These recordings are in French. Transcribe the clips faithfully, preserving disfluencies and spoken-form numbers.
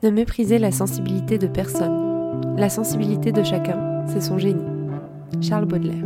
Ne méprisez la sensibilité de personne. La sensibilité de chacun, c'est son génie. Charles Baudelaire.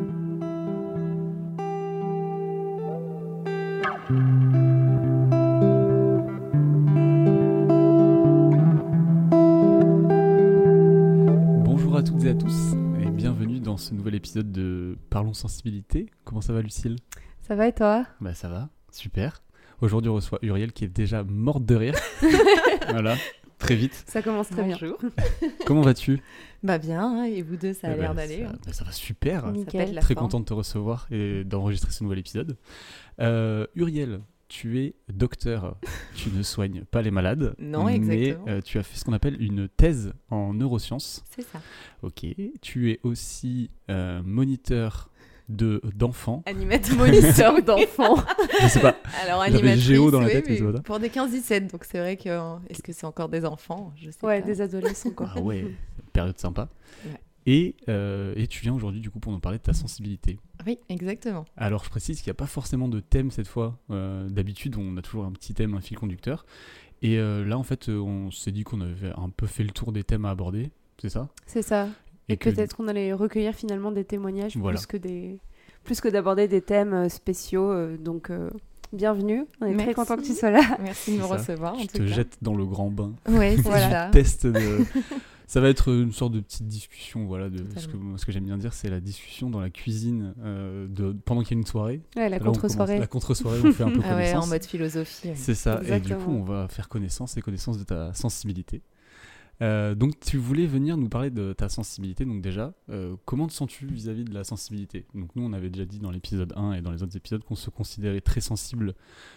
Bonjour à toutes et à tous et bienvenue dans ce nouvel épisode de Parlons Sensibilité. Comment ça va, Lucille ? Ça va et toi ? Bah ça va, super. Aujourd'hui on reçoit Uriel qui est déjà morte de rire. Voilà, très vite. Ça commence très Bonjour. bien. Comment vas-tu ? Bah bien, hein, et vous deux, ça a Eh l'air ben, d'aller. ça, hein. bah, ça va super. Nickel. Ça pète la Très forme. content de te recevoir et d'enregistrer ce nouvel épisode. Euh, Uriel, tu es docteur. Tu ne soignes pas les malades. Non, mais, exactement. euh, tu as fait ce qu'on appelle une thèse en neurosciences. C'est ça. Ok. Tu es aussi euh, moniteur de, d'enfants. Animateur moniteur d'enfants. Je sais pas. Alors J'avais animatrice, Géo dans la oui, tête, mais oui, c'est pas ça. pour des quinze dix-sept, donc c'est vrai que... euh, Est-ce que c'est encore des enfants ? Je sais Ouais, pas. des adolescents quoi. Ah ouais, période sympa. Ouais. Et, euh, et tu viens aujourd'hui du coup pour nous parler de ta sensibilité. Oui, exactement. Alors je précise qu'il n'y a pas forcément de thème cette fois. Euh, d'habitude on a toujours un petit thème, un fil conducteur. Et euh, là en fait euh, on s'est dit qu'on avait un peu fait le tour des thèmes à aborder, c'est ça ? C'est ça. Et, Et que- peut-être qu'on allait recueillir finalement des témoignages Voilà. plus que des plus que d'aborder des thèmes euh, spéciaux. euh, donc euh, bienvenue. On est très Merci. content que tu sois là. Merci de me C'est ça. recevoir, en Je tout te cas. jette dans le grand bain. Ouais, c'est Voilà. ça. Test de... Ça va être une sorte de petite discussion, voilà. De... Ce, que, Totalement. moi, ce que j'aime bien dire, c'est la discussion dans la cuisine euh, de... pendant qu'il y a une soirée. Ouais, la Là, on commence- contre-soirée. La contre-soirée, on fait un peu Ah ouais, connaissance. en mode philosophie. ouais. C'est ça, et du Exactement. coup on va faire connaissance et connaissance de ta sensibilité. Euh, donc tu voulais venir nous parler de ta sensibilité, donc déjà, euh, comment te sens-tu vis-à-vis de la sensibilité ? Donc nous on avait déjà dit dans l'épisode un et dans les autres épisodes qu'on se considérait très sensible,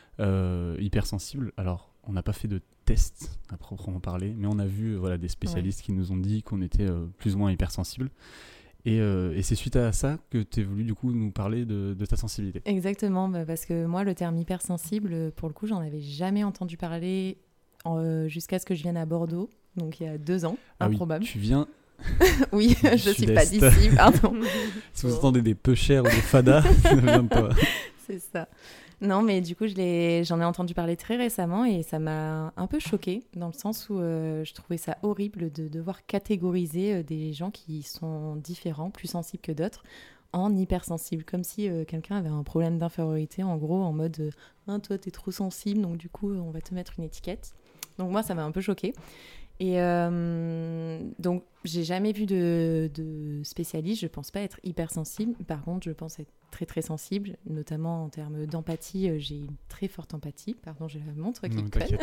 euh, hypersensible. Alors on n'a pas fait de test à proprement parler, mais on a vu euh, voilà, des spécialistes qui nous ont dit qu'on était euh, plus ou moins hypersensible. Et, euh, et c'est suite à ça que tu es voulu du coup nous parler de, de ta sensibilité. Exactement, bah, parce que moi, le terme hypersensible, euh, pour le coup, j'en avais jamais entendu parler en- euh, jusqu'à ce que je vienne à Bordeaux, donc il y a deux ans, Ah oui, improbable. tu viens, Oui, Du je suis pas sud-est. d'ici, pardon. si vous entendez des peu chers ou des fadas, ça vient de toi. C'est ça. Non, mais du coup, je l'ai, j'en ai entendu parler très récemment et ça m'a un peu choquée dans le sens où euh, je trouvais ça horrible de devoir catégoriser euh, des gens qui sont différents, plus sensibles que d'autres, en hypersensibles. Comme si euh, quelqu'un avait un problème d'infériorité, en gros, en mode euh, ah, toi, t'es trop sensible, donc du coup, on va te mettre une étiquette. Donc moi, ça m'a un peu choquée. Et euh, donc, j'ai jamais vu de, de spécialiste. Je pense pas être hypersensible. Par contre, je pense être très très sensible, notamment en termes d'empathie. euh, J'ai une très forte empathie. Pardon, j'ai la montre qui Non, colle. t'inquiète.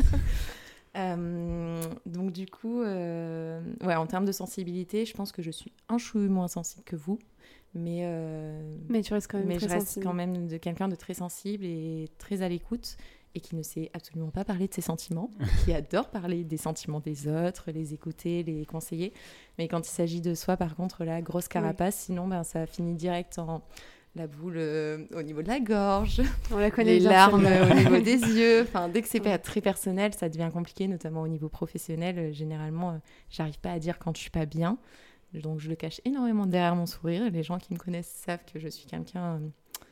Euh, donc du coup, euh, ouais, en termes de sensibilité, je pense que je suis un chouï moins sensible que vous, mais euh, Mais tu restes quand même mais très je reste sensible. quand même de quelqu'un de très sensible et très à l'écoute et qui ne sait absolument pas parler de ses sentiments, qui adore parler des sentiments des autres, les écouter, les conseiller. Mais quand il s'agit de soi, par contre, la grosse carapace, sinon ben, ça finit direct en la boule euh, au niveau de la gorge, On la connaît les bien, larmes celle-là. au niveau des yeux. Enfin, dès que c'est Ouais. pas très personnel, ça devient compliqué, notamment au niveau professionnel. Euh, généralement, euh, j'arrive pas à dire quand je suis pas bien. Donc, je le cache énormément derrière mon sourire. Les gens qui me connaissent savent que je suis quelqu'un euh,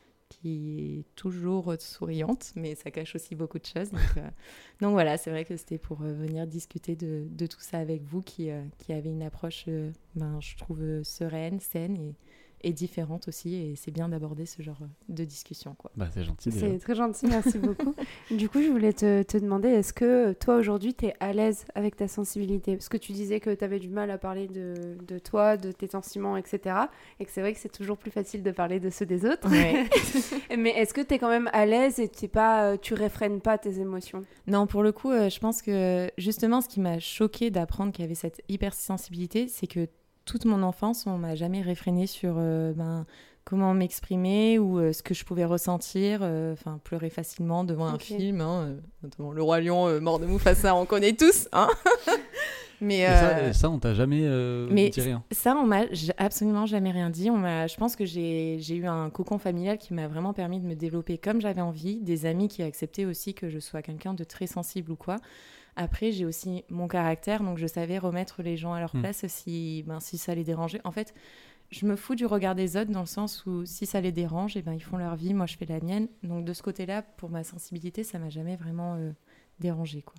qui est toujours euh, souriante, mais ça cache aussi beaucoup de choses. Donc, euh, donc voilà, c'est vrai que c'était pour euh, venir discuter de, de tout ça avec vous, qui, euh, qui avait une approche, euh, ben, je trouve, euh, sereine, saine et, et différente aussi. Et c'est bien d'aborder ce genre de discussion, quoi. Bah, c'est gentil déjà. C'est très gentil, merci beaucoup. Du coup, je voulais te, te demander, est-ce que toi, aujourd'hui, tu es à l'aise avec ta sensibilité ? Parce que tu disais que tu avais du mal à parler de, de toi, de tes sentiments, et cetera. Et que c'est vrai que c'est toujours plus facile de parler de ceux des autres. Ouais. Mais est-ce que tu es quand même à l'aise et t'es pas, euh, tu réfrènes pas tes émotions ? Non, pour le coup, euh, je pense que justement, ce qui m'a choquée d'apprendre qu'il y avait cette hypersensibilité, c'est que toute mon enfance, on m'a jamais réfréné sur euh, ben, comment m'exprimer ou euh, ce que je pouvais ressentir. euh, Enfin, pleurer facilement devant un Ok. film, hein, euh, notamment Le Roi Lion, euh, mort de Mufasa, on connaît tous. Hein. Mais Et ça, euh, et ça, on t'a jamais euh, mais dit rien. ça, on m'a j- absolument jamais rien dit. On m'a, je pense que j'ai, j'ai eu un cocon familial qui m'a vraiment permis de me développer comme j'avais envie, des amis qui acceptaient aussi que je sois quelqu'un de très sensible ou quoi. Après, j'ai aussi mon caractère, donc je savais remettre les gens à leur Hmm. place si, ben, si ça les dérangeait. En fait, je me fous du regard des autres dans le sens où si ça les dérange, eh ben, ils font leur vie, moi je fais la mienne. Donc de ce côté-là, pour ma sensibilité, ça m'a jamais vraiment euh, dérangée, quoi.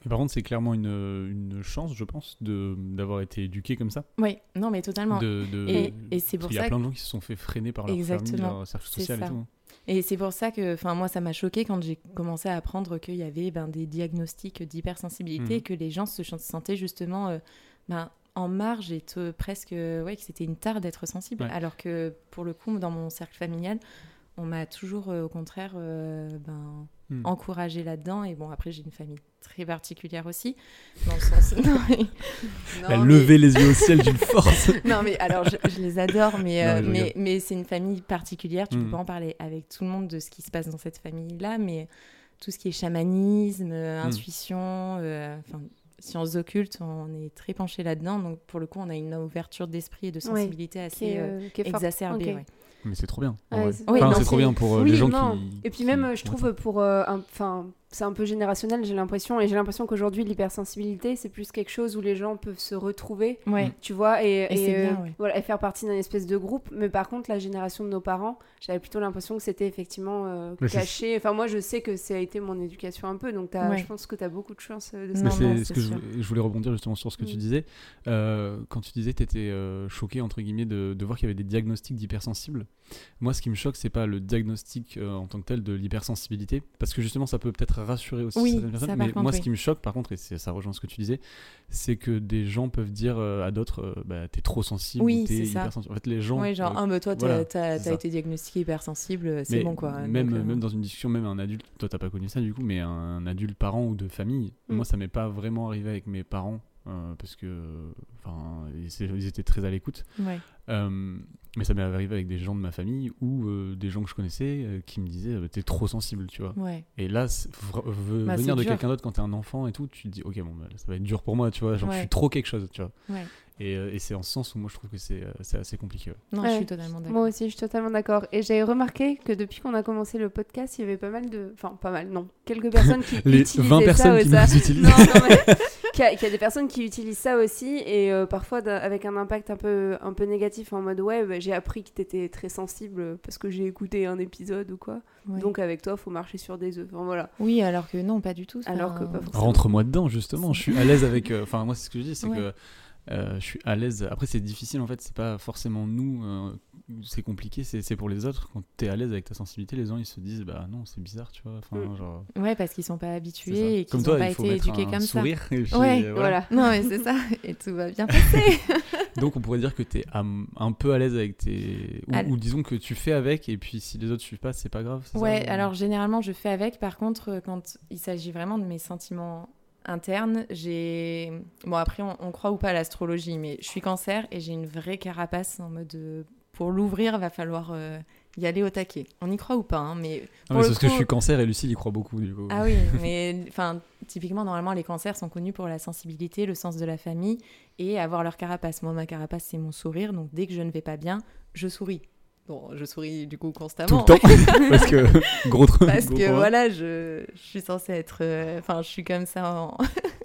Et par contre, c'est clairement une, une chance, je pense, de, d'avoir été éduqué comme ça. Oui, non, mais totalement. De, de, et, et c'est pour il y ça a plein que... de gens qui se sont fait freiner par leur Exactement. famille, leur cercle social et tout. Et c'est pour ça que, enfin, moi, ça m'a choquée quand j'ai commencé à apprendre qu'il y avait ben, des diagnostics d'hypersensibilité, mmh. que les gens se sentaient justement euh, ben, en marge et te, presque, ouais, que c'était une tare d'être sensible. Ouais. Alors que, pour le coup, dans mon cercle familial, on m'a toujours, euh, au contraire, euh, ben, mmh. encouragée là-dedans. Et bon, après, j'ai une famille très particulière aussi, dans le sens... non, mais... non, Elle mais... levait les yeux au ciel d'une force. Non, mais alors, je, je les adore, mais, euh, non, mais, mais c'est une famille particulière. Tu mmh. peux pas en parler avec tout le monde de ce qui se passe dans cette famille-là, mais tout ce qui est chamanisme, euh, mmh. intuition, euh, sciences occultes, on est très penchés là-dedans. Donc, pour le coup, on a une ouverture d'esprit et de sensibilité oui, assez qui est, euh, qui est exacerbée. Okay. Ouais. Mais c'est trop bien. Ouais, c'est... Enfin, oui, c'est trop bien pour euh, oui, les gens non. qui... Et puis même, qui... je trouve, pour... Enfin, euh, c'est un peu générationnel, j'ai l'impression. Et j'ai l'impression qu'aujourd'hui, l'hypersensibilité, c'est plus quelque chose où les gens peuvent se retrouver, ouais. tu vois, et, et, et, euh, bien, ouais. voilà, et faire partie d'un espèce de groupe. Mais par contre, la génération de nos parents, j'avais plutôt l'impression que c'était effectivement euh, caché. C'est... Enfin, moi, je sais que ça a été mon éducation un peu. Donc, ouais. je pense que tu as beaucoup de chance de ça. Mais c'est, c'est ce que je, je voulais rebondir justement sur ce que mmh. tu disais. Euh, quand tu disais que tu étais euh, choquée, entre guillemets, de, de voir qu'il y avait des diagnostics d'hypersensibles. Moi, ce qui me choque, c'est pas le diagnostic euh, en tant que tel de l'hypersensibilité, parce que justement, ça peut peut-être rassurer aussi oui, certaines personnes. Mais contre, moi, oui. ce qui me choque, par contre, et c'est, ça rejoint ce que tu disais, c'est que des gens peuvent dire euh, à d'autres, euh, bah, t'es trop sensible, oui, ou t'es hypersensible. En fait, les gens. Oui, genre, euh, ah, mais toi, voilà, t'as, t'as été diagnostiqué hypersensible, c'est mais bon, quoi. Même, donc, euh... même dans une discussion, même un adulte, toi, t'as pas connu ça du coup, mais un adulte parent ou de famille, mm. moi, ça m'est pas vraiment arrivé avec mes parents. Euh, parce que enfin ils étaient très à l'écoute ouais. euh, mais ça m'est arrivé avec des gens de ma famille ou euh, des gens que je connaissais euh, qui me disaient euh, t'es trop sensible, tu vois, ouais. et là v- v- bah, venir de dur. quelqu'un d'autre quand t'es un enfant et tout, tu te dis ok bon bah, ça va être dur pour moi, tu vois, genre ouais. je suis trop quelque chose, tu vois, ouais. et, euh, et c'est en ce sens où moi je trouve que c'est, euh, c'est assez compliqué. Ouais. Non, ouais. je suis totalement d'accord. Moi aussi, je suis totalement d'accord. Et j'avais remarqué que depuis qu'on a commencé le podcast, il y avait pas mal de... Enfin, pas mal, non. Quelques personnes qui Les utilisaient vingt personnes ça. qui ça. nous utilisent. Non, non, mais... qu'il y, a, qu'il y a des personnes qui utilisent ça aussi, et euh, parfois avec un impact un peu, un peu négatif, en mode ouais, bah, j'ai appris que t'étais très sensible parce que j'ai écouté un épisode ou quoi. Ouais. Donc avec toi, faut marcher sur des œufs. Enfin, voilà. Oui, alors que non, pas du tout. Alors un... que pas forcément. Rentre-moi dedans, justement. Je suis à l'aise avec... Enfin, euh, moi, c'est ce que je dis, c'est ouais. que Euh, je suis à l'aise. Après, c'est difficile en fait, c'est pas forcément nous, euh, c'est compliqué, c'est, c'est pour les autres. Quand t'es à l'aise avec ta sensibilité, les gens ils se disent bah non, c'est bizarre, tu vois. Enfin, mm. genre... Ouais, parce qu'ils sont pas habitués et qu'ils comme n'ont toi, pas il faut été mettre éduqués un comme sourire, ça. Et puis, ouais, euh, voilà. Non, mais c'est ça, et tout va bien passer. Donc, on pourrait dire que t'es un, un peu à l'aise avec tes. Ou, Al... ou disons que tu fais avec, et puis si les autres suivent pas, c'est pas grave. C'est ouais, ça, ou... alors généralement, je fais avec. Par contre, quand il s'agit vraiment de mes sentiments interne, j'ai... Bon, après, on, on croit ou pas à l'astrologie, mais je suis cancer et j'ai une vraie carapace en mode... Euh, pour l'ouvrir, va falloir euh, y aller au taquet. On y croit ou pas, hein, mais... Non, mais c'est parce coup... que je suis cancer et Lucille y croit beaucoup, du coup. Ah oui, mais enfin, typiquement, normalement, les cancers sont connus pour la sensibilité, le sens de la famille et avoir leur carapace. Moi, ma carapace, c'est mon sourire, donc dès que je ne vais pas bien, je souris. Bon, je souris du coup constamment. Tout le temps. Parce que gros truc. Parce gros que point. Voilà, je, je suis censée être. Enfin, euh, je suis comme ça en,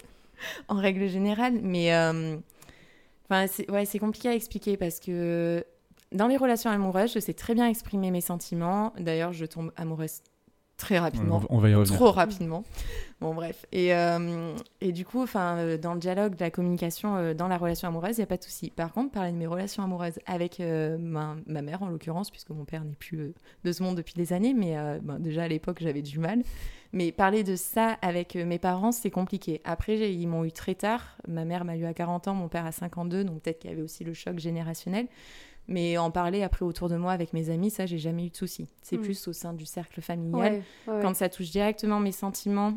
en règle générale. Mais enfin, euh, c'est, ouais, c'est compliqué à expliquer parce que dans les relations amoureuses, je sais très bien exprimer mes sentiments. D'ailleurs, je tombe amoureuse très rapidement. On va y revenir. Trop rapidement. Bon, bref. Et, euh, et du coup, euh, dans le dialogue, la communication, euh, dans la relation amoureuse, il n'y a pas de souci. Par contre, parler de mes relations amoureuses avec euh, ma, ma mère, en l'occurrence, puisque mon père n'est plus euh, de ce monde depuis des années, mais euh, ben, déjà à l'époque, j'avais du mal. Mais parler de ça avec euh, mes parents, c'est compliqué. Après, j'ai, ils m'ont eu très tard. Ma mère m'a eu à quarante ans, mon père à cinquante-deux, donc peut-être qu'il y avait aussi le choc générationnel. Mais en parler après autour de moi avec mes amis, ça, j'ai jamais eu de souci. C'est mmh. plus au sein du cercle familial. Ouais, ouais. Quand ça touche directement mes sentiments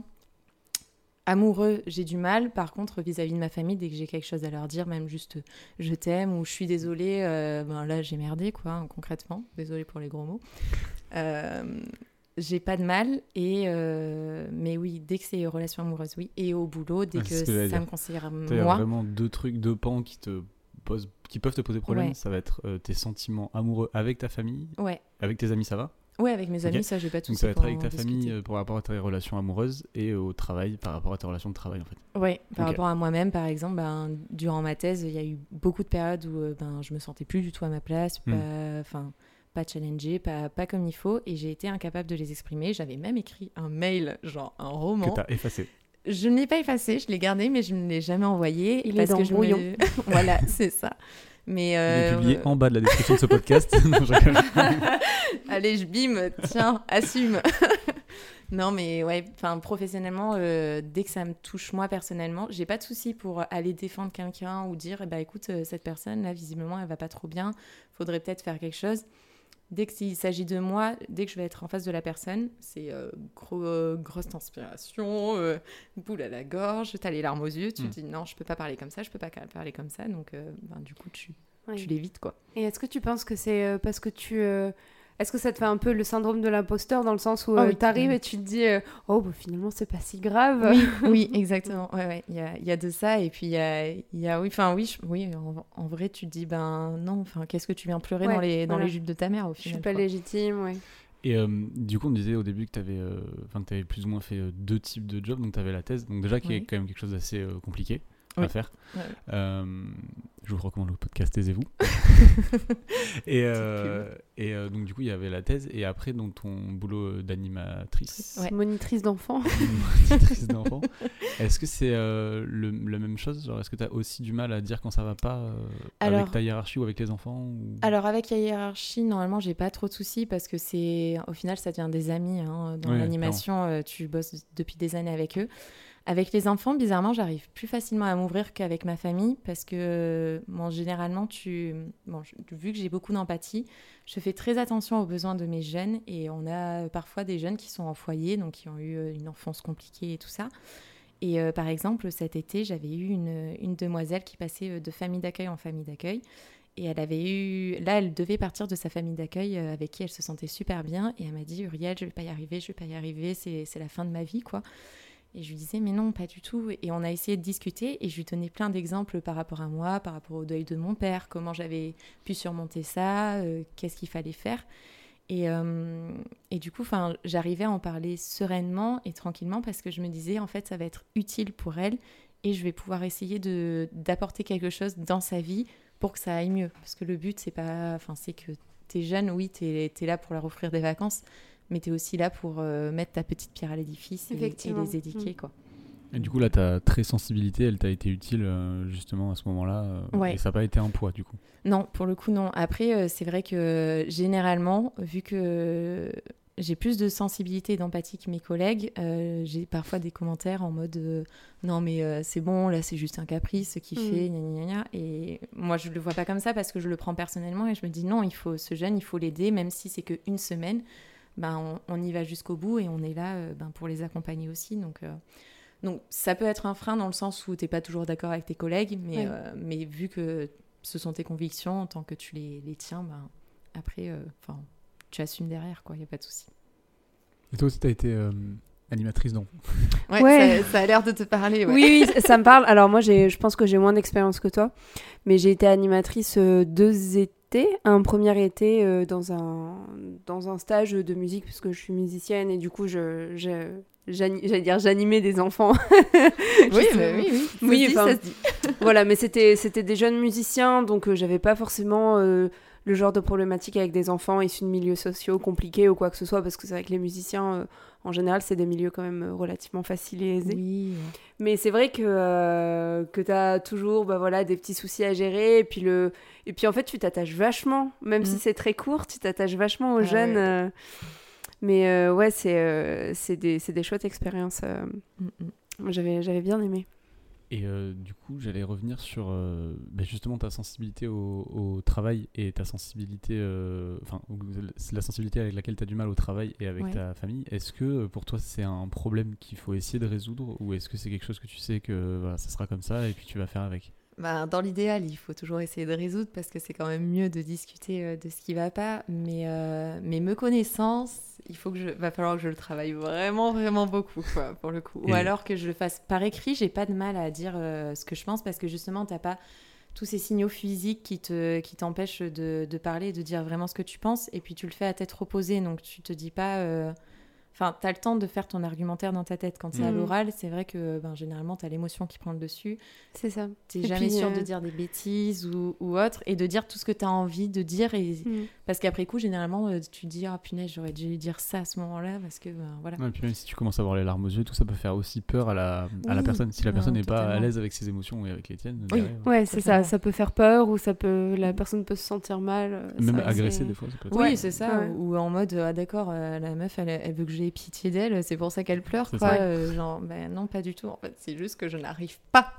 amoureux, j'ai du mal. Par contre, vis-à-vis de ma famille, dès que j'ai quelque chose à leur dire, même juste « je t'aime » ou « je suis désolée euh, », ben là, j'ai merdé, quoi, hein, concrètement. Désolée pour les gros mots. Euh, j'ai pas de mal. Et, euh, mais oui, dès que c'est une relation amoureuse, oui. Et au boulot, dès ah, que, que ça dire. me concerne moi. Il y a vraiment deux trucs, deux pans qui te... Pose, qui peuvent te poser problème, ouais. Ça va être euh, tes sentiments amoureux avec ta famille, ouais. Avec tes amis, ça va? Ouais, avec mes amis, okay. Ça, j'ai pas de soucis. Donc ça va être avec ta discuter. famille euh, par rapport à tes relations amoureuses et au travail par rapport à tes relations de travail, en fait. Ouais, par okay. rapport à moi-même, par exemple, ben, durant ma thèse, il y a eu beaucoup de périodes où euh, ben, je me sentais plus du tout à ma place, mm. pas, pas challengée, pas, pas comme il faut, et j'ai été incapable de les exprimer. J'avais même écrit un mail, genre un roman. Que t'as effacé. Je ne l'ai pas effacé, je l'ai gardé, mais je ne l'ai jamais envoyé. Il parce est dans que je brouillon. me... Voilà, c'est ça. Mais Il euh... est publié en bas de la description de ce podcast. Non, je rigole. Allez, je bime, tiens, assume. Non, mais ouais, enfin, professionnellement, euh, dès que ça me touche moi personnellement, j'ai pas de souci pour aller défendre quelqu'un ou dire, eh ben, écoute, euh, cette personne là, visiblement, elle va pas trop bien, faudrait peut-être faire quelque chose. Dès qu'il s'agit de moi, dès que je vais être en face de la personne, c'est euh, gros, euh, grosse transpiration, euh, boule à la gorge, t'as les larmes aux yeux, tu Mm. te dis non, je peux pas parler comme ça, je peux pas parler comme ça, donc euh, ben, du coup, tu, Ouais. tu l'évites quoi. Et est-ce que tu penses que c'est euh, parce que tu... euh, Est-ce que ça te fait un peu le syndrome de l'imposteur dans le sens où Ah euh, oui. t'arrives Mm. et tu te dis euh, oh bah, finalement c'est pas si grave. Oui, oui, exactement. Ouais, ouais. Il y a, il y a de ça et puis il y a, il y a oui, enfin oui, je- oui. En, en vrai, tu te dis ben non, enfin qu'est-ce que tu viens pleurer Ouais, dans les dans voilà. les jupes de ta mère au Je final. suis pas quoi. légitime, ouais. Et euh, du coup, on me disait au début que tu avais, euh, enfin, que t'avais plus ou moins fait euh, deux types de jobs. Donc, tu avais la thèse, donc déjà qui est Oui. quand même quelque chose d'assez euh, compliqué Oui. à faire. Ouais. Euh, je vous recommande le podcast Taisez-vous. et euh, et euh, donc, du coup, il y avait la thèse. Et après, donc, ton boulot d'animatrice, Ouais. Monitrice d'enfant. monitrice d'enfants. Est-ce que c'est euh, le, la même chose? Genre, est-ce que tu as aussi du mal à dire quand ça va pas euh, Alors- avec ta hiérarchie ou avec les enfants ou... Alors avec la hiérarchie, normalement, j'ai pas trop de soucis parce que c'est au final, ça devient des amis hein, dans Ouais, l'animation. euh, tu bosses depuis des années avec eux. Avec les enfants, bizarrement, j'arrive plus facilement à m'ouvrir qu'avec ma famille parce que, bon, généralement, tu... bon, je- vu que j'ai beaucoup d'empathie, je fais très attention aux besoins de mes jeunes et on a parfois des jeunes qui sont en foyer, donc qui ont eu euh, une enfance compliquée et tout ça. Et euh, par exemple, cet été, j'avais eu une, une demoiselle qui passait euh, de famille d'accueil en famille d'accueil. Et elle avait eu... Là, elle devait partir de sa famille d'accueil euh, avec qui elle se sentait super bien. Et elle m'a dit, Uriel, je vais pas y arriver, je vais pas y arriver, c'est, c'est la fin de ma vie, quoi. Et je lui disais, mais non, pas du tout. Et on a essayé de discuter et je lui donnais plein d'exemples par rapport à moi, par rapport au deuil de mon père, comment j'avais pu surmonter ça, euh, qu'est-ce qu'il fallait faire. Et, euh, et du coup, j'arrivais à en parler sereinement et tranquillement parce que je me disais, en fait, ça va être utile pour elle et je vais pouvoir essayer de, d'apporter quelque chose dans sa vie pour que ça aille mieux. Parce que le but, c'est pas, enfin, c'est que t'es jeune, oui, t'es, t'es là pour leur offrir des vacances, mais t'es aussi là pour euh, mettre ta petite pierre à l'édifice et, et Effectivement. les éduquer, Mm. quoi. Et du coup, là, ta très sensibilité, elle t'a été utile euh, justement à ce moment-là. euh, Ouais. Et ça n'a pas été un poids, du coup. Non, pour le coup, non. Après, euh, c'est vrai que généralement, vu que j'ai plus de sensibilité et d'empathie que mes collègues, euh, j'ai parfois des commentaires en mode euh, non, mais euh, c'est bon, là, c'est juste un caprice qui Mm. fait, gna gna gna gna. Et moi, je le vois pas comme ça parce que je le prends personnellement et je me dis non, il faut ce jeune, il faut l'aider, même si c'est qu'une semaine, ben, on, on y va jusqu'au bout et on est là euh, ben, pour les accompagner aussi. Donc. Euh, Donc, ça peut être un frein dans le sens où tu n'es pas toujours d'accord avec tes collègues, mais, Ouais. euh, mais vu que ce sont tes convictions, en tant que tu les, les tiens, ben, après, euh, tu assumes derrière, quoi, il n'y a pas de souci. Et toi aussi, tu as été euh, animatrice d'enfants. Ouais, Ouais. Ça, ça a l'air de te parler. Ouais. Oui, oui, ça me parle. Alors moi, j'ai, je pense que j'ai moins d'expérience que toi, mais j'ai été animatrice euh, deux étés. Un premier été euh, dans, un, dans un stage de musique, parce que je suis musicienne, et du coup, je, je, j'ani- j'allais dire, j'animais des enfants. Oui, Je- bah oui, oui. Ça Oui, se dit, enfin, ça se dit. Voilà, mais c'était, c'était des jeunes musiciens, donc euh, j'avais pas forcément euh, le genre de problématique avec des enfants issus de milieux sociaux compliqués ou quoi que ce soit, parce que c'est vrai que les musiciens, euh, en général, c'est des milieux quand même euh, relativement faciles et aisés. Oui. Mais c'est vrai que, euh, que tu as toujours bah, voilà, des petits soucis à gérer. Et puis, le... et puis en fait, tu t'attaches vachement. Même Mm. si c'est très court, tu t'attaches vachement aux Ah jeunes. ouais. euh. Mais euh, ouais, c'est, euh, c'est, des, c'est des chouettes expériences. euh. Mm, mm. Moi, J'avais, j'avais bien aimé. Et euh, du coup, j'allais revenir sur euh, bah, justement ta sensibilité au, au travail et ta sensibilité, euh, enfin, au- la sensibilité avec laquelle tu as du mal au travail et avec Ouais. ta famille. Est-ce que euh, pour toi, c'est un problème qu'il faut essayer de résoudre ou est-ce que c'est quelque chose que tu sais que voilà, ça sera comme ça et puis tu vas faire avec? Bah, dans l'idéal, il faut toujours essayer de résoudre parce que c'est quand même mieux de discuter euh, de ce qui va pas. Mais, euh, mais me connaissant, il faut que je, va falloir que je le travaille vraiment, vraiment beaucoup, quoi, pour le coup. Et- Ou alors que je le fasse par écrit. J'ai pas de mal à dire euh, ce que je pense parce que justement, t'as pas tous ces signaux physiques qui te, qui t'empêchent de, de parler, de dire vraiment ce que tu penses. Et puis tu le fais à tête reposée, donc tu te dis pas. euh, Enfin, t'as le temps de faire ton argumentaire dans ta tête. Quand c'est Mm. à l'oral, c'est vrai que ben, généralement, t'as l'émotion qui prend le dessus. C'est ça. T'es Et jamais puis, sûr euh, de dire des bêtises ou, ou autre, et de dire tout ce que t'as envie de dire. Et... Mm. Parce qu'après coup, généralement, euh, tu te dis, ah punaise, j'aurais dû dire ça à ce moment-là, parce que, ben, voilà. Ouais, et puis même si tu commences à avoir les larmes aux yeux, tout ça peut faire aussi peur à la, à la Oui, personne. Si la non, personne n'est pas à totalement. l'aise avec ses émotions et avec les tiennes, Oui. derrière, Ouais, c'est ça. Totalement. Ça peut faire peur ou ça peut... la personne peut se sentir mal. euh, même ça, agresser c'est- des fois, ça peut être... Oui, Ouais. c'est ça. Ouais. Ou, ou en mode, ah d'accord, euh, la meuf, elle, elle veut que j'ai pitié d'elle, c'est pour ça qu'elle pleure, C'est quoi. ça. Euh, genre, ben non, pas du tout. En fait, c'est juste que je n'arrive pas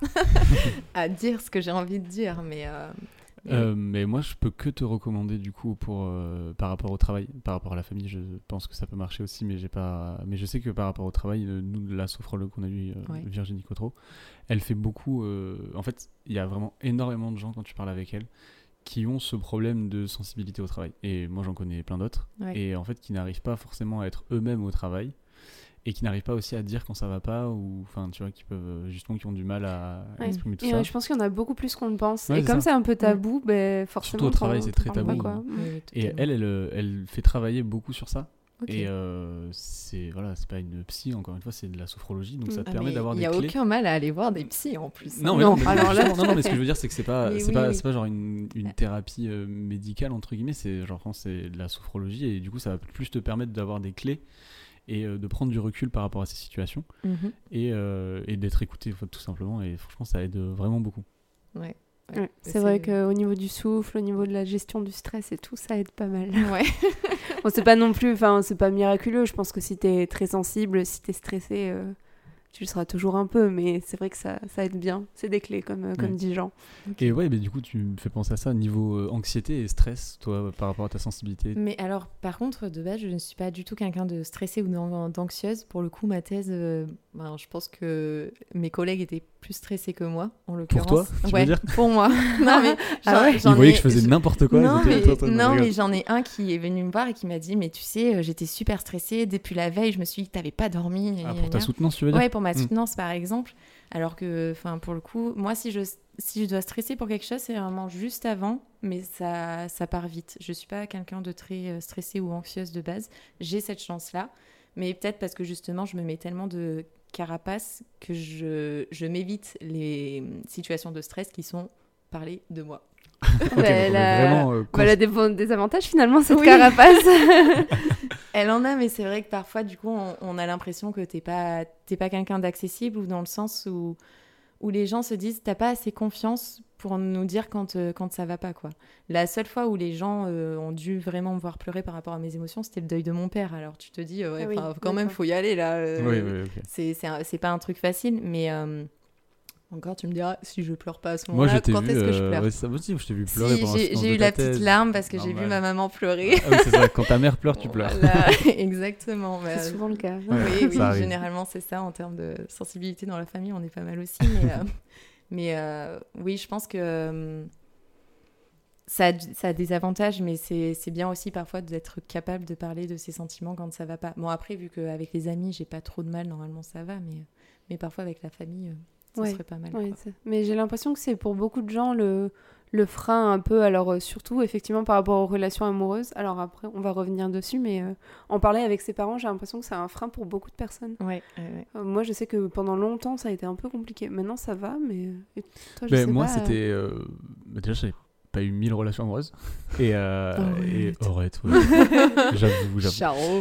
à dire ce que j'ai envie de dire. Mais, euh, mais Euh, mais moi, je peux que te recommander du coup pour euh, par rapport au travail, par rapport à la famille. Je pense que ça peut marcher aussi, mais j'ai pas. Mais je sais que par rapport au travail, euh, nous, la sophrologue qu'on a eu, euh, Ouais. Virginie Cotreau, elle fait beaucoup. euh, En fait, il y a vraiment énormément de gens quand tu parles avec elle qui ont ce problème de sensibilité au travail. Et moi, j'en connais plein d'autres. Ouais. Et en fait, qui n'arrivent pas forcément à être eux-mêmes au travail. Et qui n'arrivent pas aussi à dire quand ça va pas, ou enfin, tu vois, qui peuvent justement, qui ont du mal à Ouais. exprimer tout Et ça. euh, je pense qu'il y en a beaucoup plus qu'on le pense. Ouais, et c'est comme ça. c'est un peu tabou, ben, forcément. Surtout au travail, t'en- c'est t'en très parles pas, tabou. quoi. Oui, Mm. oui, Et totalement. elle, elle, euh, elle fait travailler beaucoup sur ça. Ok. Et euh, c'est voilà, c'est pas une psy, encore une fois, c'est de la sophrologie, donc ça te Ah, permet mais d'avoir il des n'y a clés. aucun mal à aller voir des psys en plus. Non, hein. mais Non, non, mais alors là, justement, non, tout non, à mais ce que fait. je veux dire, c'est que c'est pas, Mais c'est oui, pas, oui. c'est pas genre une, une thérapie euh, médicale entre guillemets, c'est genre vraiment, c'est de la sophrologie et du coup ça va plus te permettre d'avoir des clés et euh, de prendre du recul par rapport à ces situations Mhm. et, euh, et d'être écouté tout simplement, et franchement ça aide vraiment beaucoup. Ouais. Ouais, c'est vrai qu'au niveau du souffle, au niveau de la gestion du stress et tout, ça aide pas mal. Ouais. Bon, c'est pas non plus, enfin, c'est pas miraculeux. Je pense que si t'es très sensible, si t'es stressé, euh, tu le seras toujours un peu, mais c'est vrai que ça, ça aide bien. C'est des clés, comme, euh, comme Ouais. dit Jean. Et ouais, mais du coup tu me fais penser à ça niveau euh, anxiété et stress, toi, par rapport à ta sensibilité. Mais alors, par contre, de base, je ne suis pas du tout quelqu'un de stressé ou d'an- d'anxieuse. Pour le coup, ma thèse, euh, ben, je pense que mes collègues étaient plus stressés que moi, en l'occurrence. toi, tu veux Ouais, dire pour moi. Non, mais Ah j'en- ouais j'en Ils voyaient ai- que je faisais n'importe quoi. Non, ils étaient- mais, Toi, toi, non, regarde. mais j'en ai un qui est venu me voir et qui m'a dit, mais tu sais, euh, j'étais super stressée depuis la veille, je me suis dit que t'avais pas dormi. gna, Ah, gna, pour ta gna. soutenance, tu veux dire? Ouais, pour ma Mm. soutenance, par exemple. Alors que, enfin, pour le coup, moi, si je, si je dois stresser pour quelque chose, c'est vraiment juste avant, mais ça, ça part vite. Je suis pas quelqu'un de très euh, stressé ou anxieuse de base. J'ai cette chance-là, mais peut-être parce que justement, je me mets tellement de carapace que je, je m'évite les situations de stress qui sont parlées de moi. Ok, Bah, donc, elle a- vraiment, euh, Bah, elle a des, bons- des avantages finalement, cette Oui. carapace. Elle en a, mais c'est vrai que parfois, du coup, on, on a l'impression que t'es pas, t'es pas quelqu'un d'accessible, ou dans le sens où, où les gens se disent t'as pas assez confiance pour nous dire quand, euh, quand ça va pas, quoi. La seule fois où les gens euh, ont dû vraiment me voir pleurer par rapport à mes émotions, c'était le deuil de mon père. Alors tu te dis, euh, ouais, Ah oui, enfin, quand même, d'accord. faut y aller là. euh, Oui, oui, ok. c'est, c'est, un- c'est pas un truc facile, mais euh, encore, tu me diras si je pleure pas à ce Moi, moment-là, je t'ai quand vu. est-ce que je euh, pleure ouais, ça aussi, je t'ai vu pleurer Si, pendant la j'ai, séquence j'ai de eu ta la petite thèse. larme parce que j'ai Normal. vu ma maman pleurer. Ah oui, c'est ça. Quand ta mère pleure, tu pleures. Voilà, exactement. Bah, C'est souvent le cas. Ouais, oui, oui, ça arrive. généralement c'est ça en termes de sensibilité dans la famille, on est pas mal aussi. Mais, euh, mais euh, oui, je pense que euh, ça, a, du- ça a des avantages, mais c'est, c'est bien aussi parfois d'être capable de parler de ses sentiments quand ça va pas. Bon, après, vu qu'avec les amis, j'ai pas trop de mal, normalement ça va, mais, mais parfois avec la famille, euh, ça Ouais, serait pas mal. Ouais, quoi. c'est- mais j'ai l'impression que c'est pour beaucoup de gens le, le frein un peu, alors euh, surtout effectivement par rapport aux relations amoureuses. Alors après, on va revenir dessus, mais euh, en parler avec ses parents, j'ai l'impression que c'est un frein pour beaucoup de personnes. Ouais, ouais, ouais. Euh, moi, je sais que pendant longtemps, ça a été un peu compliqué. Maintenant, ça va, mais euh, et toi, je Ben, sais moi, pas, euh, c'était. euh, bah, déjà, j'avais pas eu mille relations amoureuses. Et. Euh, et Arrête. arrête, ouais. J'avoue, j'avoue. Charo.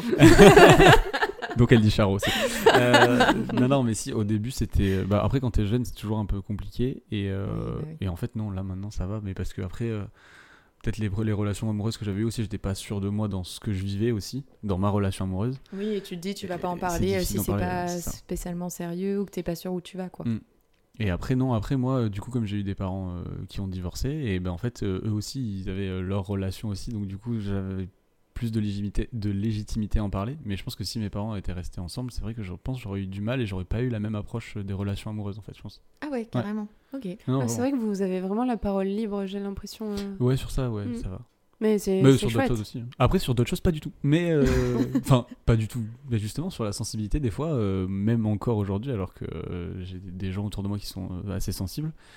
Donc elle dit Charo aussi. Euh, non, non, mais si, au début c'était. Bah, après, quand t'es jeune, c'est toujours un peu compliqué. Et, euh, Oui, bah oui. et en fait, non, là maintenant ça va. Mais parce que après, euh, peut-être les, les relations amoureuses que j'avais eues aussi, j'étais pas sûr de moi dans ce que je vivais aussi, dans ma relation amoureuse. Oui, et tu te dis, tu vas pas en C'est parler euh, difficile si d'en c'est parler, pas c'est ça. spécialement sérieux ou que t'es pas sûr où tu vas, quoi. Mm. Et après, non, après moi, euh, du coup, comme j'ai eu des parents euh, qui ont divorcé, et ben en fait, euh, eux aussi, ils avaient euh, leur relation aussi. Donc du coup, j'avais plus de légitimité, de légitimité à en parler. Mais je pense que si mes parents étaient restés ensemble, c'est vrai que je pense que j'aurais eu du mal et j'aurais pas eu la même approche des relations amoureuses, en fait, je pense. Ah ouais, carrément. Ok. Non, ah, c'est vraiment. vrai que vous avez vraiment la parole libre, j'ai l'impression. euh. Ouais, sur ça, ouais, Mm. ça va. Mais c'est Mais c'est sur d'autres chouette. choses aussi. hein. Après, sur d'autres choses, pas du tout. Mais, euh, enfin, pas du tout. Mais justement, sur la sensibilité, des fois, euh, même encore aujourd'hui, alors que euh, j'ai des gens autour de moi qui sont euh, assez sensibles,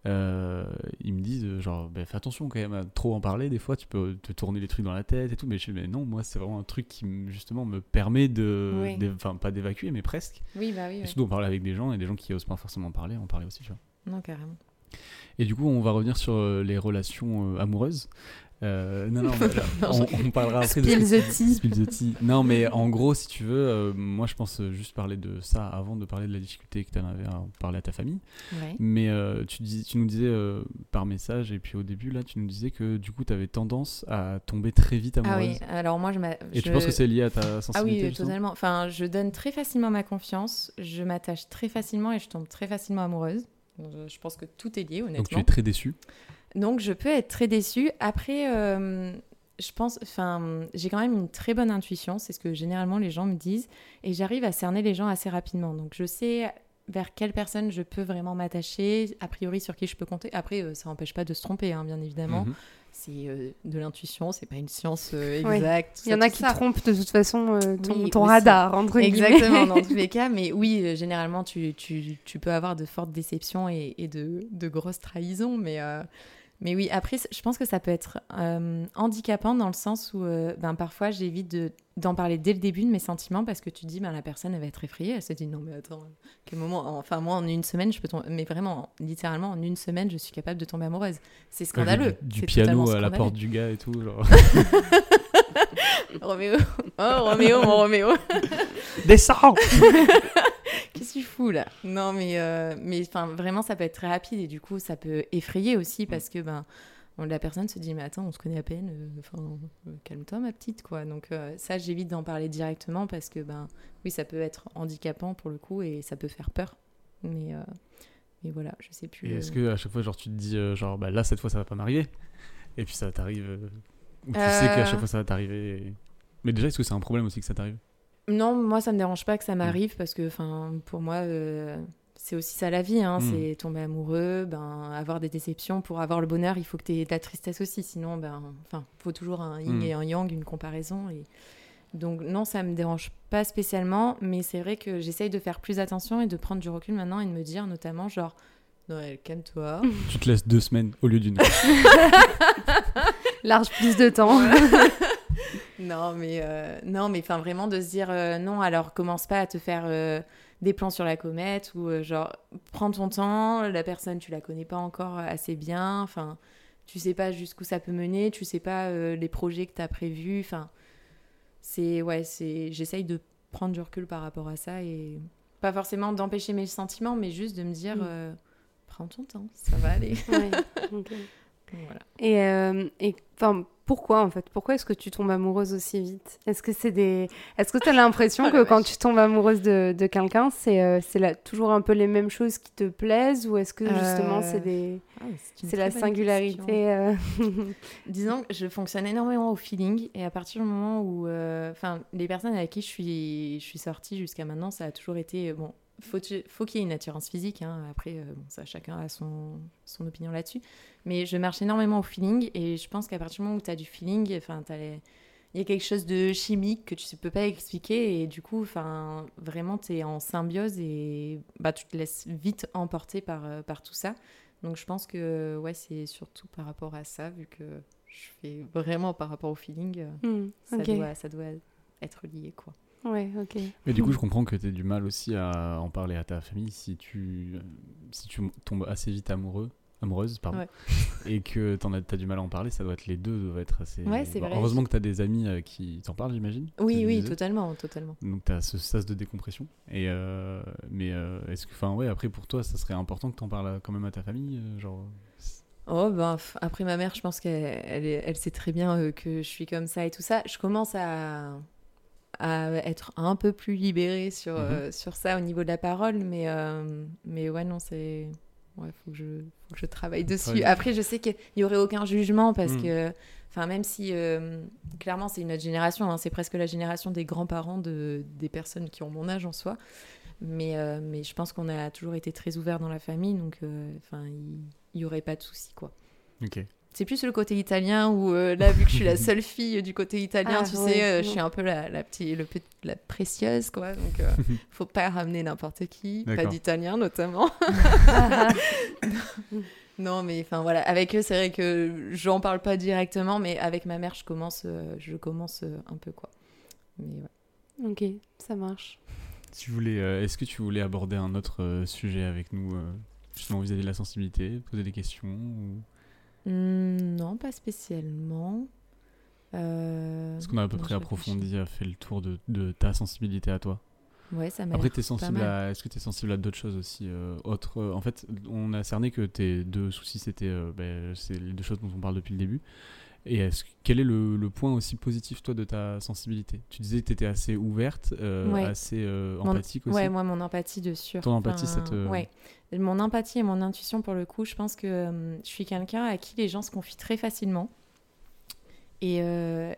euh, ils me disent euh, genre bah, fais attention quand même à trop en parler, des fois tu peux te tourner les trucs dans la tête et tout, mais je dis mais non, moi c'est vraiment un truc qui justement me permet de, Oui. enfin pas d'évacuer mais presque, Oui, bah oui. et oui. surtout en parler avec des gens et des gens qui osent pas forcément en parler, en parler aussi, tu vois. Non, carrément. Et du coup on va revenir sur euh, les relations euh, amoureuses. Euh, non, non, mais, on, on parlera après Spill de the tea. Spill the tea. Non, mais en gros, si tu veux, euh, moi je pense juste parler de ça avant de parler de la difficulté que tu en avais à parler à ta famille. Ouais. Mais euh, tu, dis, tu nous disais euh, par message, et puis au début, là, tu nous disais que du coup, tu avais tendance à tomber très vite amoureuse. Ah oui, alors moi je m'a... Et je... tu penses que c'est lié à ta Ah sensibilité oui, justement totalement. Enfin, je donne très facilement ma confiance, je m'attache très facilement et je tombe très facilement amoureuse. Je pense que tout est lié, honnêtement. Donc tu es très déçue. Donc je peux être très déçue. Après, euh, je pense, enfin, j'ai quand même une très bonne intuition, c'est ce que généralement les gens me disent, et j'arrive à cerner les gens assez rapidement. Donc je sais vers quelle personne je peux vraiment m'attacher, a priori sur qui je peux compter. Après, euh, ça n'empêche pas de se tromper, hein, bien évidemment. Mhm. C'est euh, de l'intuition, c'est pas une science euh, Ouais. exacte. Il y en a qui trompent de toute façon euh, ton, Oui, ton aussi. radar, entre guillemets. Exactement, dans tous les cas. Mais oui, euh, généralement, tu, tu, tu peux avoir de fortes déceptions et, et de, de grosses trahisons. Mais, euh, mais oui, après, je pense que ça peut être euh, handicapant dans le sens où euh, ben, parfois, j'évite de, d'en parler dès le début de mes sentiments parce que tu te dis, ben, la personne, elle va être effrayée. Elle se dit, non, mais attends, quel moment... Enfin, moi, en une semaine, je peux tomber... Mais vraiment, littéralement, en une semaine, je suis capable de tomber amoureuse. C'est scandaleux. Du, du C'est piano totalement à la scandaleux. porte du gars et tout. Genre. Roméo. Oh, Roméo, mon Roméo. Descends. Qu'est-ce que tu fous là? Non, mais, euh, mais vraiment, ça peut être très rapide et du coup, ça peut effrayer aussi parce que ben, on- la personne se dit, mais attends, on se connaît à peine, euh, enfin, euh, calme-toi, ma petite, quoi. Donc, euh, ça, j'évite d'en parler directement parce que, ben, oui, ça peut être handicapant pour le coup et ça peut faire peur. Mais, euh, mais voilà, je sais plus. Et euh, est-ce que à chaque fois, genre, tu te dis, euh, genre, bah là, cette fois, ça va pas m'arriver, et puis ça t'arrive, euh, ou tu Euh. sais qu'à chaque fois, ça va t'arriver. et- Mais déjà, est-ce que c'est un problème aussi que ça t'arrive? Non, moi, ça me dérange pas que ça m'arrive parce que, enfin, pour moi, euh, c'est aussi ça la vie. Hein, Mm. C'est tomber amoureux, ben, avoir des déceptions. Pour avoir le bonheur, il faut que tu aies de la tristesse aussi. Sinon, ben, enfin, faut toujours un yin Mm. et un yang, une comparaison. Et... Donc, non, ça me dérange pas spécialement. Mais c'est vrai que j'essaye de faire plus attention et de prendre du recul maintenant et de me dire, notamment, genre, Noël, calme-toi. Tu te laisses deux semaines au lieu d'une. Large plus de temps. Non, mais euh, non, mais enfin vraiment de se dire euh, non. Alors commence pas à te faire euh, des plans sur la comète ou euh, genre prends ton temps. La personne tu la connais pas encore assez bien. Enfin, tu sais pas jusqu'où ça peut mener. Tu sais pas euh, les projets que t'as prévus. Enfin, c'est ouais, c'est. J'essaye de prendre du recul par rapport à ça et pas forcément d'empêcher mes sentiments, mais juste de me dire Mm. euh, prends ton temps, ça va aller. Ouais, ok. Voilà. Et, euh, et enfin, pourquoi en fait? Pourquoi est-ce que tu tombes amoureuse aussi vite? Est-ce que c'est des... Est-ce que tu as l'impression Oh que la quand vache. tu tombes amoureuse de, de quelqu'un, c'est euh, c'est la- toujours un peu les mêmes choses qui te plaisent ou est-ce que justement Euh, c'est des... Ah, c'est une c'est très la bonne singularité question. euh, Disons que je fonctionne énormément au feeling et à partir du moment où, enfin, les personnes avec qui je suis, je suis sortie jusqu'à maintenant, ça a toujours été bon. Faut, faut qu'il y ait une attirance physique. Hein. Après, euh, bon, ça, chacun a son, son opinion là-dessus. Mais je marche énormément au feeling et je pense qu'à partir du moment où tu as du feeling, enfin, t'as les... il y a quelque chose de chimique que tu ne peux pas expliquer et du coup, enfin, vraiment, tu es en symbiose et bah, tu te laisses vite emporter par, euh, par tout ça. Donc je pense que ouais, c'est surtout par rapport à ça, vu que je fais vraiment par rapport au feeling, euh, hmm, ça, ok. doit, ça doit être lié, quoi. Ouais, ok. Mais du coup, je comprends que tu aies du mal aussi à en parler à ta famille si tu, si tu tombes assez vite amoureux, amoureuse, pardon, Ouais. et que tu as du mal à en parler, ça doit être les deux, doivent être assez... Ouais, c'est Bon, vrai. heureusement que tu as des amis euh, qui t'en parlent, j'imagine. Oui, tu oui, disais. totalement, totalement. Donc tu as ce sas de décompression. Et euh, mais euh, est-ce que, enfin ouais, après pour toi, ça serait important que tu en parles à- quand même à ta famille, euh, genre. Oh, ben, f- après ma mère, je pense qu'elle elle, est- elle sait très bien euh, que je suis comme ça et tout ça. Je commence à, à être un peu plus libérée sur, euh, sur ça au niveau de la parole, mais, euh, mais ouais, non, c'est... Ouais, faut que je, faut que je travaille dessus. Travaille. Après, je sais qu'il n'y aurait aucun jugement parce Mm. que, enfin, même si, euh, clairement, c'est une autre génération, hein, c'est presque la génération des grands-parents de, des personnes qui ont mon âge en soi. Mais, euh, mais je pense qu'on a toujours été très ouverts dans la famille, donc euh, enfin, il n'y aurait pas de souci, quoi. Ok. C'est plus le côté italien où, euh, là, vu que je suis la seule fille du côté italien, Ah, tu ouais, sais, euh, non. je suis un peu la, la, petite, le, petit- la précieuse, quoi. Donc, euh, faut pas ramener n'importe qui, pas D'accord. d'italien notamment. Non, mais enfin voilà, avec eux, c'est vrai que j'en parle pas directement, mais avec ma mère, je commence, euh, je commence euh, un peu quoi. Mais ouais. Ok, ça marche. Tu voulais, euh, est-ce que tu voulais aborder un autre euh, sujet avec nous, euh, justement vis-à-vis de la sensibilité, poser des questions ou... Hum, non, pas spécialement. Euh... Est-ce qu'on a à peu non, près je approfondi, a fait le tour de, de ta sensibilité à toi? Ouais, ça m'a Après, l'air t'es pas sensible mal. à, est-ce que tu es sensible à d'autres choses aussi euh, autres, euh, en fait, on a cerné que tes deux soucis, c'était euh, ben, c'est les deux choses dont on parle depuis le début. Et est-ce, quel est le, le point aussi positif, toi, de ta sensibilité? Tu disais que tu étais assez ouverte, euh, Ouais. assez euh, Mon- empathique aussi. Ouais, moi, mon empathie de sûr. Ton empathie, ça te- Ouais. Mon empathie et mon intuition, pour le coup, je pense que euh, je suis quelqu'un à qui les gens se confient très facilement. Et, euh,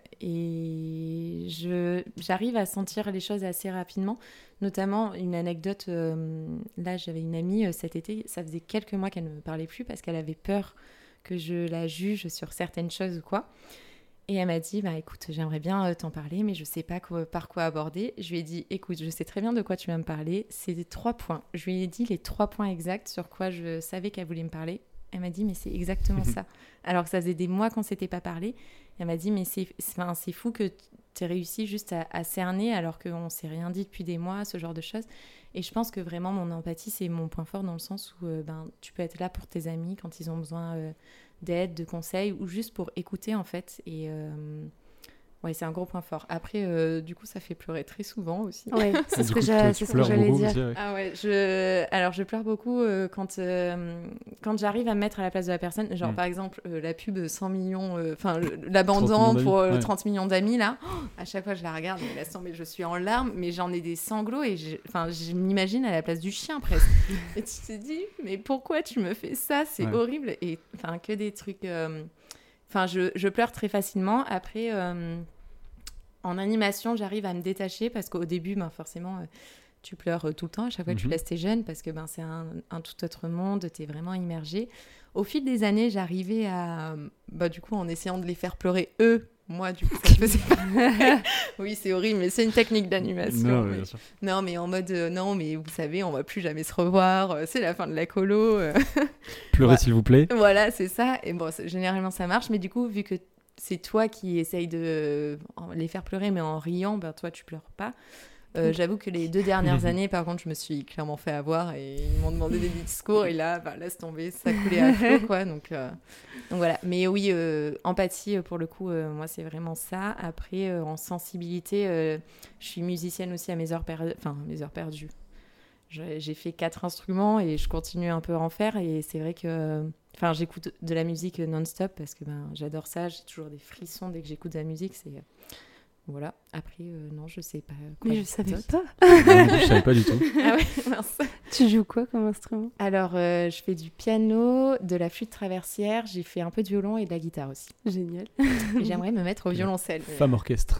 et je, j'arrive à sentir les choses assez rapidement. Notamment, une anecdote, euh, là, j'avais une amie euh, cet été, ça faisait quelques mois qu'elle ne me parlait plus parce qu'elle avait peur que je la juge sur certaines choses ou quoi. Et elle m'a dit, bah écoute, j'aimerais bien euh, t'en parler, mais je sais pas quoi- par quoi aborder. Je lui ai dit, écoute, je sais très bien de quoi tu vas me parler. C'est des trois points. Je lui ai dit les trois points exacts sur quoi je savais qu'elle voulait me parler. Elle m'a dit, mais c'est exactement ça. Alors que ça faisait des mois qu'on s'était pas parlé. Elle m'a dit, mais c'est, c'est, enfin, c'est fou que tu aies réussi juste à, à cerner alors qu'on s'est rien dit depuis des mois, ce genre de choses. Et je pense que vraiment, mon empathie, c'est mon point fort dans le sens où euh, ben, tu peux être là pour tes amis quand ils ont besoin euh, d'aide, de conseils ou juste pour écouter en fait. Et euh, ouais, c'est un gros point fort. Après, euh, du coup, ça fait pleurer très souvent aussi. Ouais, c'est Du ce coup, que, toi, j'a- tu c'est ce que pleures j'allais beaucoup dire. aussi, ouais. Ah ouais, je... alors je pleure beaucoup euh, quand, euh, quand j'arrive à me mettre à la place de la personne. Genre Mm. par exemple, euh, la pub cent millions, euh, enfin le- la trente bande millions pour euh, d'amis, ouais. trente millions d'amis là. Oh, à chaque fois je la regarde, mais laisse tomber, je suis en larmes, mais j'en ai des sanglots et je, enfin, je m'imagine à la place du chien presque. Et tu te dis, mais pourquoi tu me fais ça? C'est Ouais. horrible. Et enfin, que des trucs. euh, Enfin, je, je pleure très facilement. Après. euh, En animation, j'arrive à me détacher parce qu'au début, ben, forcément, euh, tu pleures euh, tout le temps. À chaque fois que tu Mhm. laisses tes jeunes parce que ben, c'est un, un tout autre monde, tu es vraiment immergé. Au fil des années, j'arrivais à... euh, Bah, du coup, en essayant de les faire pleurer eux, moi, du coup, ça me faisait pas... Oui, c'est horrible, mais c'est une technique d'animation. Non, mais mais... bien sûr. Non, mais en mode, euh, non, mais vous savez, on va plus jamais se revoir. euh, c'est la fin de la colo. euh. Pleurez, Ouais. s'il vous plaît. Voilà, c'est ça. Et bon, c'est- généralement, ça marche. Mais du coup, vu que c'est toi qui essaye de euh, les faire pleurer, mais en riant, ben toi, tu pleures pas. Euh, Ok. J'avoue que les deux dernières années, par contre, je me suis clairement fait avoir et ils m'ont demandé des discours. Et là, bah, laisse tomber, ça coulait à flot, quoi. Donc, euh, donc voilà. Mais oui, euh, empathie, euh, pour le coup, euh, moi, c'est vraiment ça. Après, euh, en sensibilité, euh, je suis musicienne aussi à mes heures perdues. Enfin, mes heures perdues. J'ai j'ai fait quatre instruments et je continue un peu à en faire. Et c'est vrai que... Enfin, j'écoute de la musique non-stop parce que ben, j'adore ça. J'ai toujours des frissons dès que j'écoute de la musique. C'est... Voilà. Après, euh, non, je sais pas quoi. Mais je dire savais d'autre. pas. Non, je savais pas du tout. Ah ouais, mince. Tu joues quoi comme instrument? Alors, euh, je fais du piano, de la flûte traversière. J'ai fait un peu de violon et de la guitare aussi. Génial. Et j'aimerais me mettre au violoncelle. mais- Femme orchestre.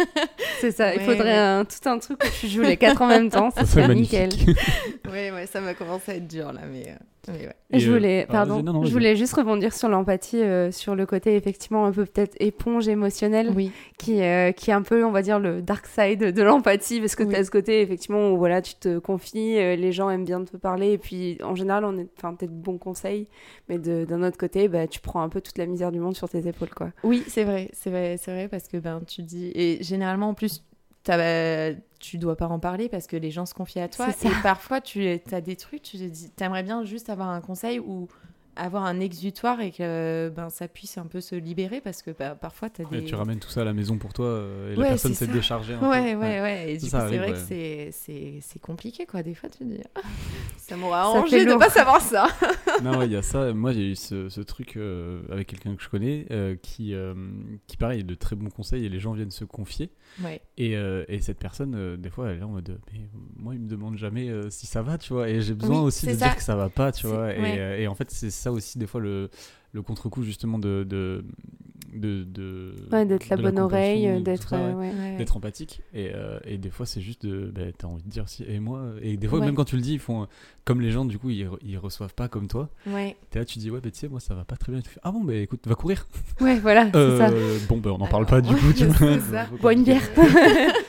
C'est ça, il Ouais, faudrait ouais. un- tout un truc où tu joues les quatre en même temps, ça Ça serait serait nickel. magnifique. Ouais, ouais, ça va commencer à être dur là, mais, euh, mais ouais. Et, je euh, voulais, ah, pardon, vas-y, non, non, je vas-y. voulais juste rebondir sur l'empathie, euh, sur le côté effectivement un peu peut-être éponge émotionnelle, Oui. qui, euh, qui est un peu, on va dire, le dark side de l'empathie, parce que Oui. tu as ce côté effectivement où voilà, tu te confies, euh, les gens aiment bien te parler, et puis en général, on est, enfin, t'as de bons conseils, mais de- d'un autre côté, bah, tu prends un peu toute la misère du monde sur tes épaules, quoi. Oui, c'est vrai, c'est vrai, c'est vrai parce que ben tu dis et généralement en plus t'as, tu dois pas en parler parce que les gens se confient à toi C'est et ça. parfois tu as des trucs, tu te dis t'aimerais bien juste avoir un conseil ou avoir un exutoire et que ben ça puisse un peu se libérer parce que bah, parfois t'as Et des tu ramènes tout ça à la maison pour toi euh, et Ouais, la personne c'est s'est ça. déchargée un Ouais, peu. ouais, ouais. Et Ça, du ça coup, c'est arrive, vrai ouais. que c'est, c'est, c'est compliqué, quoi. Des fois, tu te dis, ah, ça m'aurait Ça arrangé fait de lourd. pas savoir ça. Non, ouais, il y a ça. Moi, j'ai eu ce, ce truc euh, avec quelqu'un que je connais euh, qui, euh, qui, pareil, a de très bons conseils et les gens viennent se confier. Ouais. Et, euh, et cette personne, euh, des fois, elle est en mode mais moi, il me demande jamais euh, si ça va, tu vois. Et j'ai besoin Oui, aussi de c'est dire ça. que ça va pas, tu C'est- vois. Et, ouais. euh, et en fait, c'est ça aussi, des fois, le, le contre-coup, justement, de. de, de, de Ouais, d'être la de bonne compassion, oreille, de tout d'être... ça, ouais. euh, ouais. Ouais. D'être empathique et, euh, et des fois c'est juste de bah, t'as envie de dire si et moi et des fois Ouais. même quand tu le dis ils font euh, comme les gens du coup ils, re- ils reçoivent pas comme toi Ouais. t'es là tu dis ouais bah tu sais moi ça va pas très bien et tu fais ah bon bah écoute va courir Ouais, voilà, c'est ça. euh, bon bah on en parle Alors, pas du coup tu c'est vois ça. Faut Bois une compliqué. bière.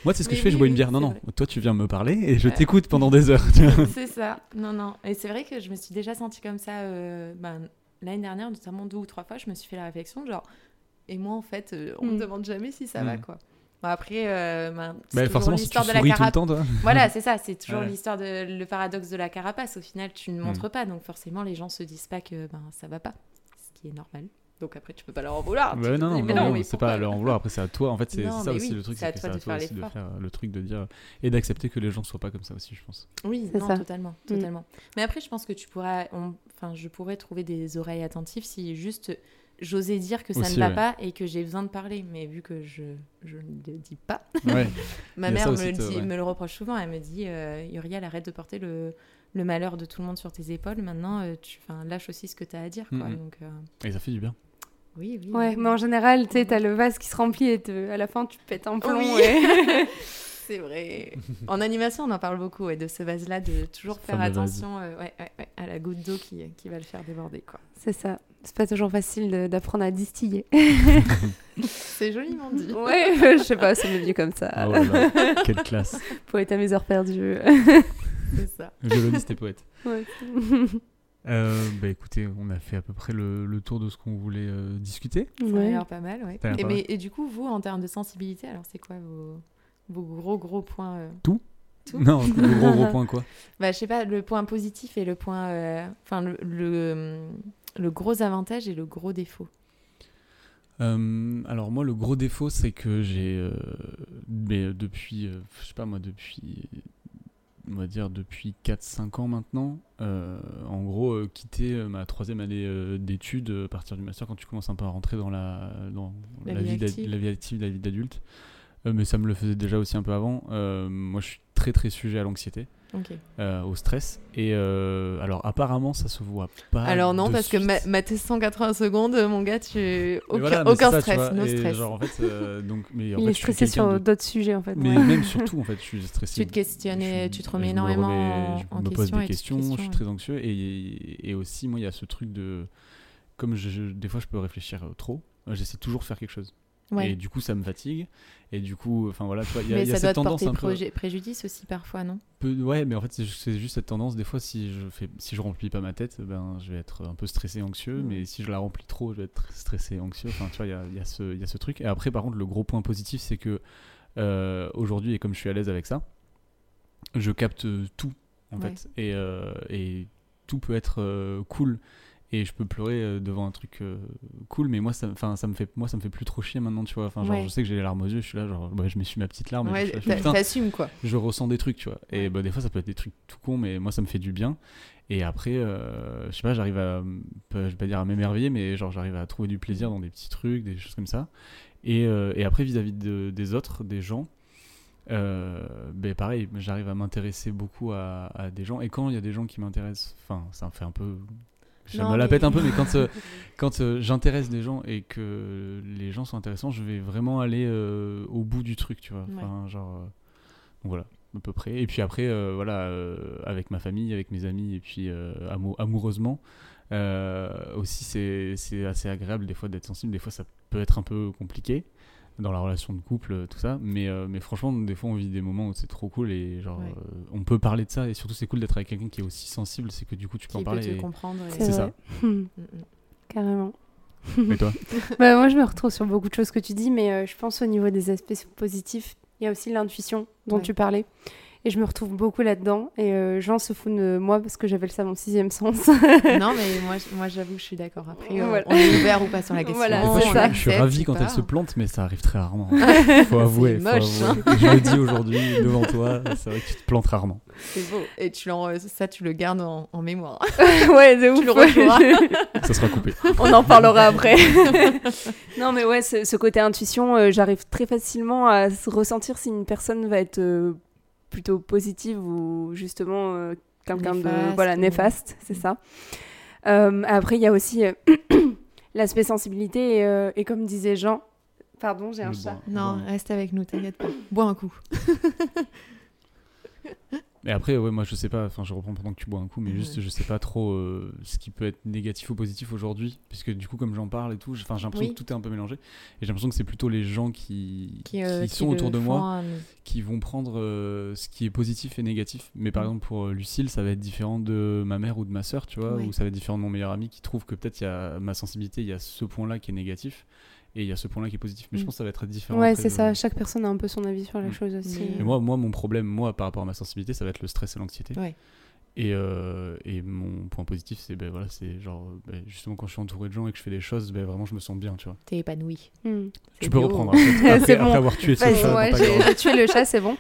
Moi, c'est ce que Mais je fais, je oui, bois une oui, bière. Non, c'est non, vrai. toi, tu viens me parler et je Ouais. t'écoute pendant des heures. tu vois. C'est ça. Non, non. Et c'est vrai que je me suis déjà sentie comme ça euh, ben, l'année dernière, notamment deux ou trois fois, je me suis fait la réflexion, genre, et moi, en fait, euh, on me Mm. demande jamais si ça Mm. va, quoi. Bon, après, euh, ben, c'est Bah, toujours forcément, si tu l'histoire de la souris tout le carapace. temps, toi. Voilà, c'est ça, c'est toujours Ouais. l'histoire de le paradoxe de la carapace. Au final, tu ne Mm. montres pas, donc forcément, les gens se disent pas que ben, ça va pas, ce qui est normal. Donc après, tu peux pas leur en vouloir. Tu Ouais, te non, dis, non, mais non, non, non, mais c'est pas à pourquoi leur en vouloir. Après, c'est à toi. En fait, c'est Non, c'est ça mais aussi oui, le truc, c'est à c'est que toi c'est à de toi faire aussi de l'effort. faire euh, le truc de dire et d'accepter que les gens soient pas comme ça aussi, je pense. Oui, C'est non, ça. totalement, totalement. Mais après, je pense que tu pourras, on- enfin, je pourrais trouver des oreilles attentives si juste j'osais dire que ça Aussi, ne va ouais. pas et que j'ai besoin de parler. Mais vu que je, je ne le dis pas, Ouais. ma Il y a mère ça me, aussi, le toi, dit- ouais. me le reproche souvent. Elle me dit, euh, Uriel, arrête de porter le, le malheur de tout le monde sur tes épaules. Maintenant, euh, tu, enfin, lâche aussi ce que tu as à dire, quoi. Mhm. Donc, euh, Et ça fait du bien. oui, oui. Ouais, oui. mais en général, tu sais, t'as le vase qui se remplit et te- à la fin, tu pètes un plomb. Oui. et- C'est vrai. En animation, on en parle beaucoup, ouais, de ce vase-là, de toujours Ce faire fameux vase. attention euh, ouais, ouais, ouais, à la goutte d'eau qui, qui va le faire déborder, quoi. C'est ça. C'est pas toujours facile de- d'apprendre à distiller. C'est joliment dit. Ouais, je sais pas, ça m'est venu comme ça. Oh là là, quelle classe. Poète à mes heures perdues. C'est ça. Violoniste et poète. Ouais. Euh, bah écoutez, on a fait à peu près le, le tour de ce qu'on voulait euh, discuter. Ça a Ouais. l'air pas mal, ouais. Ça a l'air Et, pas mais, et du coup, vous, en termes de sensibilité, alors c'est quoi vos, vos gros, gros points euh, Tout Non, le gros gros point quoi. Bah, je sais pas, le point positif et le point... euh, Enfin, le, le, le gros avantage et le gros défaut. Euh, alors moi, le gros défaut, c'est que j'ai, euh, mais euh, depuis, euh, je sais pas moi, depuis, on va dire depuis quatre cinq ans maintenant, euh, en gros, euh, quitter euh, ma troisième année euh, d'études, euh, à partir du master, quand tu commences un peu à rentrer dans la, dans La la, vie vie d'ad- active. la vie active, la vie d'adulte, euh, mais ça me le faisait déjà aussi un peu avant. Euh, moi, je suis très très sujet à l'anxiété. Ok. Euh, au stress et euh, alors apparemment ça se voit pas alors non, de parce que suite. ma, ma tes cent quatre-vingts secondes, mon gars, tu... Mais Aucun, voilà, mais aucun c'est ça, tu stress, vois, no et stress. genre en fait euh, donc mais en Il fait est je suis stressé quelqu'un sur de- d'autres sujets, en fait. mais ouais. même surtout en fait je suis stressé. Tu te questionnes et Je- tu te je remets me énormément remets- en, je en me pose question des et tu te questions, je suis questionnes. très anxieux et, et aussi moi il y a ce truc de comme je, je- des fois je peux réfléchir euh, trop, euh, j'essaie toujours de faire quelque chose. Ouais. Et du coup ça me fatigue et du coup enfin voilà tu vois, il y a, Mais il y a ça doit cette te tendance porter un peu, proje- préjudice aussi parfois, non? peu- ouais mais en fait c'est ju- c'est juste cette tendance des fois si je fais si je remplis pas ma tête ben je vais être un peu stressé anxieux Mm. mais si je la remplis trop je vais être stressé anxieux, enfin tu vois il y a, il y a ce il y a ce truc. Et après par contre le gros point positif c'est que euh, aujourd'hui et comme je suis à l'aise avec ça je capte tout en Ouais. fait et, euh, et tout peut être euh, cool et je peux pleurer euh, devant un truc euh, cool mais moi ça, enfin, ça me fait moi ça me fait plus trop chier maintenant tu vois, enfin genre Ouais. je sais que j'ai les larmes aux yeux, je suis là genre ouais, je m'essuie ma petite larme et Ouais, je, je, t'a- putain, t'assumes quoi. je ressens des trucs tu vois et Ouais. bah, des fois ça peut être des trucs tout cons mais moi ça me fait du bien et après euh, je sais pas j'arrive à je vais pas dire à m'émerveiller mais genre j'arrive à trouver du plaisir dans des petits trucs, des choses comme ça et, euh, et après vis-à-vis de, des autres, des gens euh, ben pareil j'arrive à m'intéresser beaucoup à, à des gens et quand il y a des gens qui m'intéressent, enfin ça me fait un peu ça Non, me la mais- pète un peu mais quand, euh, quand euh, j'intéresse des gens et que les gens sont intéressants je vais vraiment aller euh, au bout du truc tu vois, enfin genre euh, donc voilà à peu près et puis après euh, voilà euh, avec ma famille, avec mes amis et puis euh, amou- amoureusement euh, aussi c'est, c'est assez agréable des fois d'être sensible, des fois ça peut être un peu compliqué dans la relation de couple, tout ça, mais, euh, mais franchement des fois on vit des moments où c'est trop cool et genre Ouais. euh, on peut parler de ça et surtout c'est cool d'être avec quelqu'un qui est aussi sensible, c'est que du coup tu peux Qui en peut parler te et... comprendre. et- C'est C'est vrai. ça. Hmm, Mm, mm. carrément. Et toi? Bah, moi, je me retrouve sur beaucoup de choses que tu dis, mais euh, je pense au niveau des aspects positifs, il y a aussi l'intuition dont Ouais. tu parlais. Et je me retrouve beaucoup là-dedans. Et euh, Jean se fout de moi parce que j'appelle ça mon sixième sens. Non, mais moi, je- moi j'avoue que je suis d'accord. Après, euh, Voilà. on est ouvert ou pas sur la question. Voilà, Des fois, c'est je, on suis, ça. je suis l'accepte ravi ou quand pas. elle se plante, mais ça arrive très rarement. Faut avouer, faut moche, avouer. Je le dis aujourd'hui devant toi, c'est vrai que tu te plantes rarement. C'est beau. Et tu l'en- ça, tu le gardes en, en mémoire. Ouais, de ouf. le rejoueras. Ça sera coupé. On en parlera après. Non, mais ouais, ce, ce côté intuition, euh, j'arrive très facilement à s- ressentir si une personne va être euh, plutôt positive ou justement euh, quelqu'un de Néfaste voilà, ou- néfaste, c'est ça. Euh, après, il y a aussi euh, l'aspect sensibilité et, euh, et comme disait Jean, pardon, j'ai un Le chat. bon. Non, Bon. reste avec nous, t'inquiète pas. Bois un coup. Mais après, ouais, moi je sais pas, enfin je reprends pendant que tu bois un coup, mais Ouais. juste je sais pas trop euh, ce qui peut être négatif ou positif aujourd'hui, puisque du coup, comme j'en parle et tout, j'ai j'ai l'impression Oui. que tout est un peu mélangé. Et j'ai l'impression que c'est plutôt les gens qui, Qui, euh, qui qui sont le autour de font, moi euh, qui vont prendre euh, ce qui est positif et négatif. Mais par Mm. exemple, pour euh, Lucille, ça va être différent de ma mère ou de ma sœur, tu vois, Ouais. ou ça va être différent de mon meilleur ami qui trouve que peut-être il y a ma sensibilité, il y a ce point-là qui est négatif. Et il y a ce point-là qui est positif. Mais je Mm. pense que ça va être différent. Ouais, après c'est de- ça. Chaque personne a un peu son avis sur la Mm. chose aussi. Mais- Et moi, moi, mon problème, moi, par rapport à ma sensibilité, ça va être le stress et l'anxiété. Ouais. Et, euh, et mon point positif, c'est ben, voilà, c'est genre, ben, justement, quand je suis entouré de gens et que je fais des choses, ben, vraiment, je me sens bien, tu vois. T'es épanoui. Hmm. Tu C'est peux beau. reprendre après, après, C'est après bon. avoir tué ce Vas-y, chat ouais, dans ta j'ai gorge. j'ai tué le chat, c'est bon.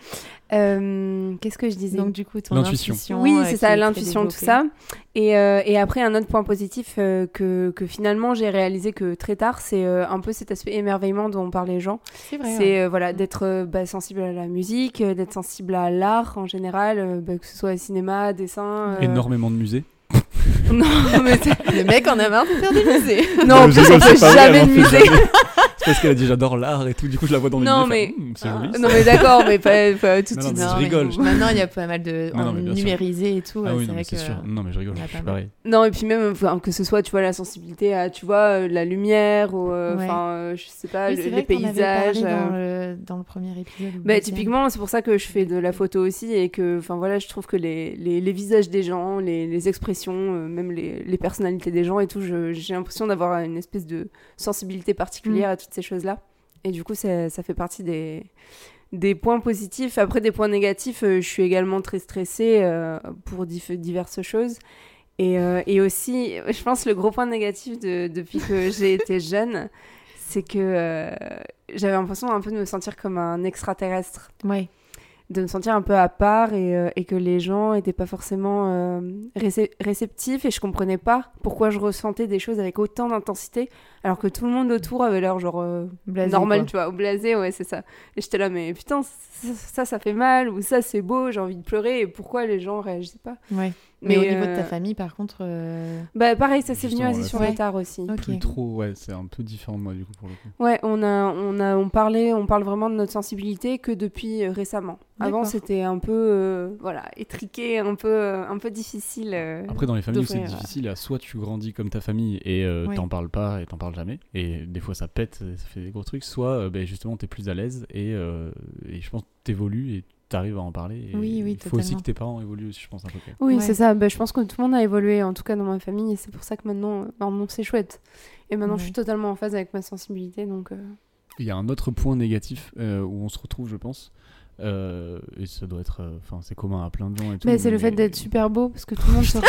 Euh, Qu'est-ce que je disais Donc du coup, ton L'intuition. intuition. Oui, euh, c'est qui ça, est très l'intuition, tout développée. ça. Et, euh, et après, un autre point positif euh, que, que finalement j'ai réalisé que très tard, c'est euh, un peu cet aspect émerveillement dont parlaient les gens. C'est vrai. C'est ouais. euh, voilà, Mm. d'être euh, bah, sensible à la musique, euh, d'être sensible à l'art en général, euh, bah, que ce soit cinéma, dessin. euh, Énormément de musées. Non, mais c'est- Le mec en a marre de faire des musées. non, en Je plus, rigole, on fait c'est pas vrai, jamais elle en de fait musée. jamais. C'est parce qu'elle a dit j'adore l'art et tout, du coup je la vois dans les Non, musées, faire, mais- Hum, c'est joli. Non, mais d'accord, mais pas, pas tout de Non, non, suite. mais je Non, rigole. Maintenant, il y a pas mal de Non, non, en mais bien sûr. numérisé et tout. Ah ouais, oui, c'est non, vrai mais c'est que. sûr. Non, mais je rigole, il y en a je pas suis mal. pareil. Non, et puis même, enfin, que ce soit, tu vois, la sensibilité à, tu vois, euh, la lumière, ou, euh, Ouais. enfin, euh, je sais pas, Oui, le- c'est les vrai que t'en avais parlé paysages. dans euh, le, dans le premier épisode. ou le Bah, deuxième. typiquement, c'est pour ça que je fais de la photo aussi et que, enfin voilà, je trouve que les, les, les visages des gens, les, les expressions, euh, même les, les personnalités des gens et tout, je- j'ai l'impression d'avoir une espèce de sensibilité particulière Mm. à toutes ces choses-là. Et du coup, ça, ça fait partie des, des points positifs. Après, des points négatifs, euh, je suis également très stressée euh, pour dif- diverses choses. Et, euh, et aussi, je pense le gros point négatif de, depuis que j'ai été jeune, c'est que euh, j'avais l'impression un peu de me sentir comme un extraterrestre, Ouais. de me sentir un peu à part et, euh, et que les gens n'étaient pas forcément euh, récep- réceptifs et je comprenais pas pourquoi je ressentais des choses avec autant d'intensité alors que tout le monde autour avait l'air genre euh, Blasé, normal, quoi. tu vois, ou blasé, ouais, c'est ça. Et j'étais là, mais putain, ça, ça, ça fait mal ou ça, c'est beau, j'ai envie de pleurer et pourquoi les gens réagissaient pas? Ouais. Mais, Mais, au niveau euh, de ta famille, par contre. euh, Bah pareil, ça s'est venu Justement, assez là, sur c'est- le tard aussi. Ok. Plus trop, ouais, c'est un peu différent de moi du coup pour le coup. Ouais, on a, on a, on parlait, on parle vraiment de notre sensibilité que depuis euh, récemment. Avant, D'accord. c'était un peu, euh, voilà, étriqué, un peu, euh, un peu difficile. euh, Après, dans les familles où c'est d'ouvrir, euh, difficile, à soit tu grandis comme ta famille et euh, Oui. t'en parles pas et t'en parles jamais, et des fois ça pète, et ça fait des gros trucs, soit euh, ben, justement t'es plus à l'aise et, euh, et je pense que t'évolues et t'arrives à en parler. Et Oui, oui, il faut aussi totalement. que tes parents évoluent aussi, je pense, un peu. Quoi. Oui, Ouais. c'est ça. Bah, je pense que tout le monde a évolué, en tout cas dans ma famille, et c'est pour ça que maintenant, euh, bah, non, c'est chouette. Et maintenant, je Ouais. suis totalement en phase avec ma sensibilité, donc. euh, Il y a un autre point négatif euh, où on se retrouve, je pense, euh, et ça doit être, enfin, c'est commun à plein de gens et tout. bah, c'est le mais- fait d'être super beau, parce que tout le monde se.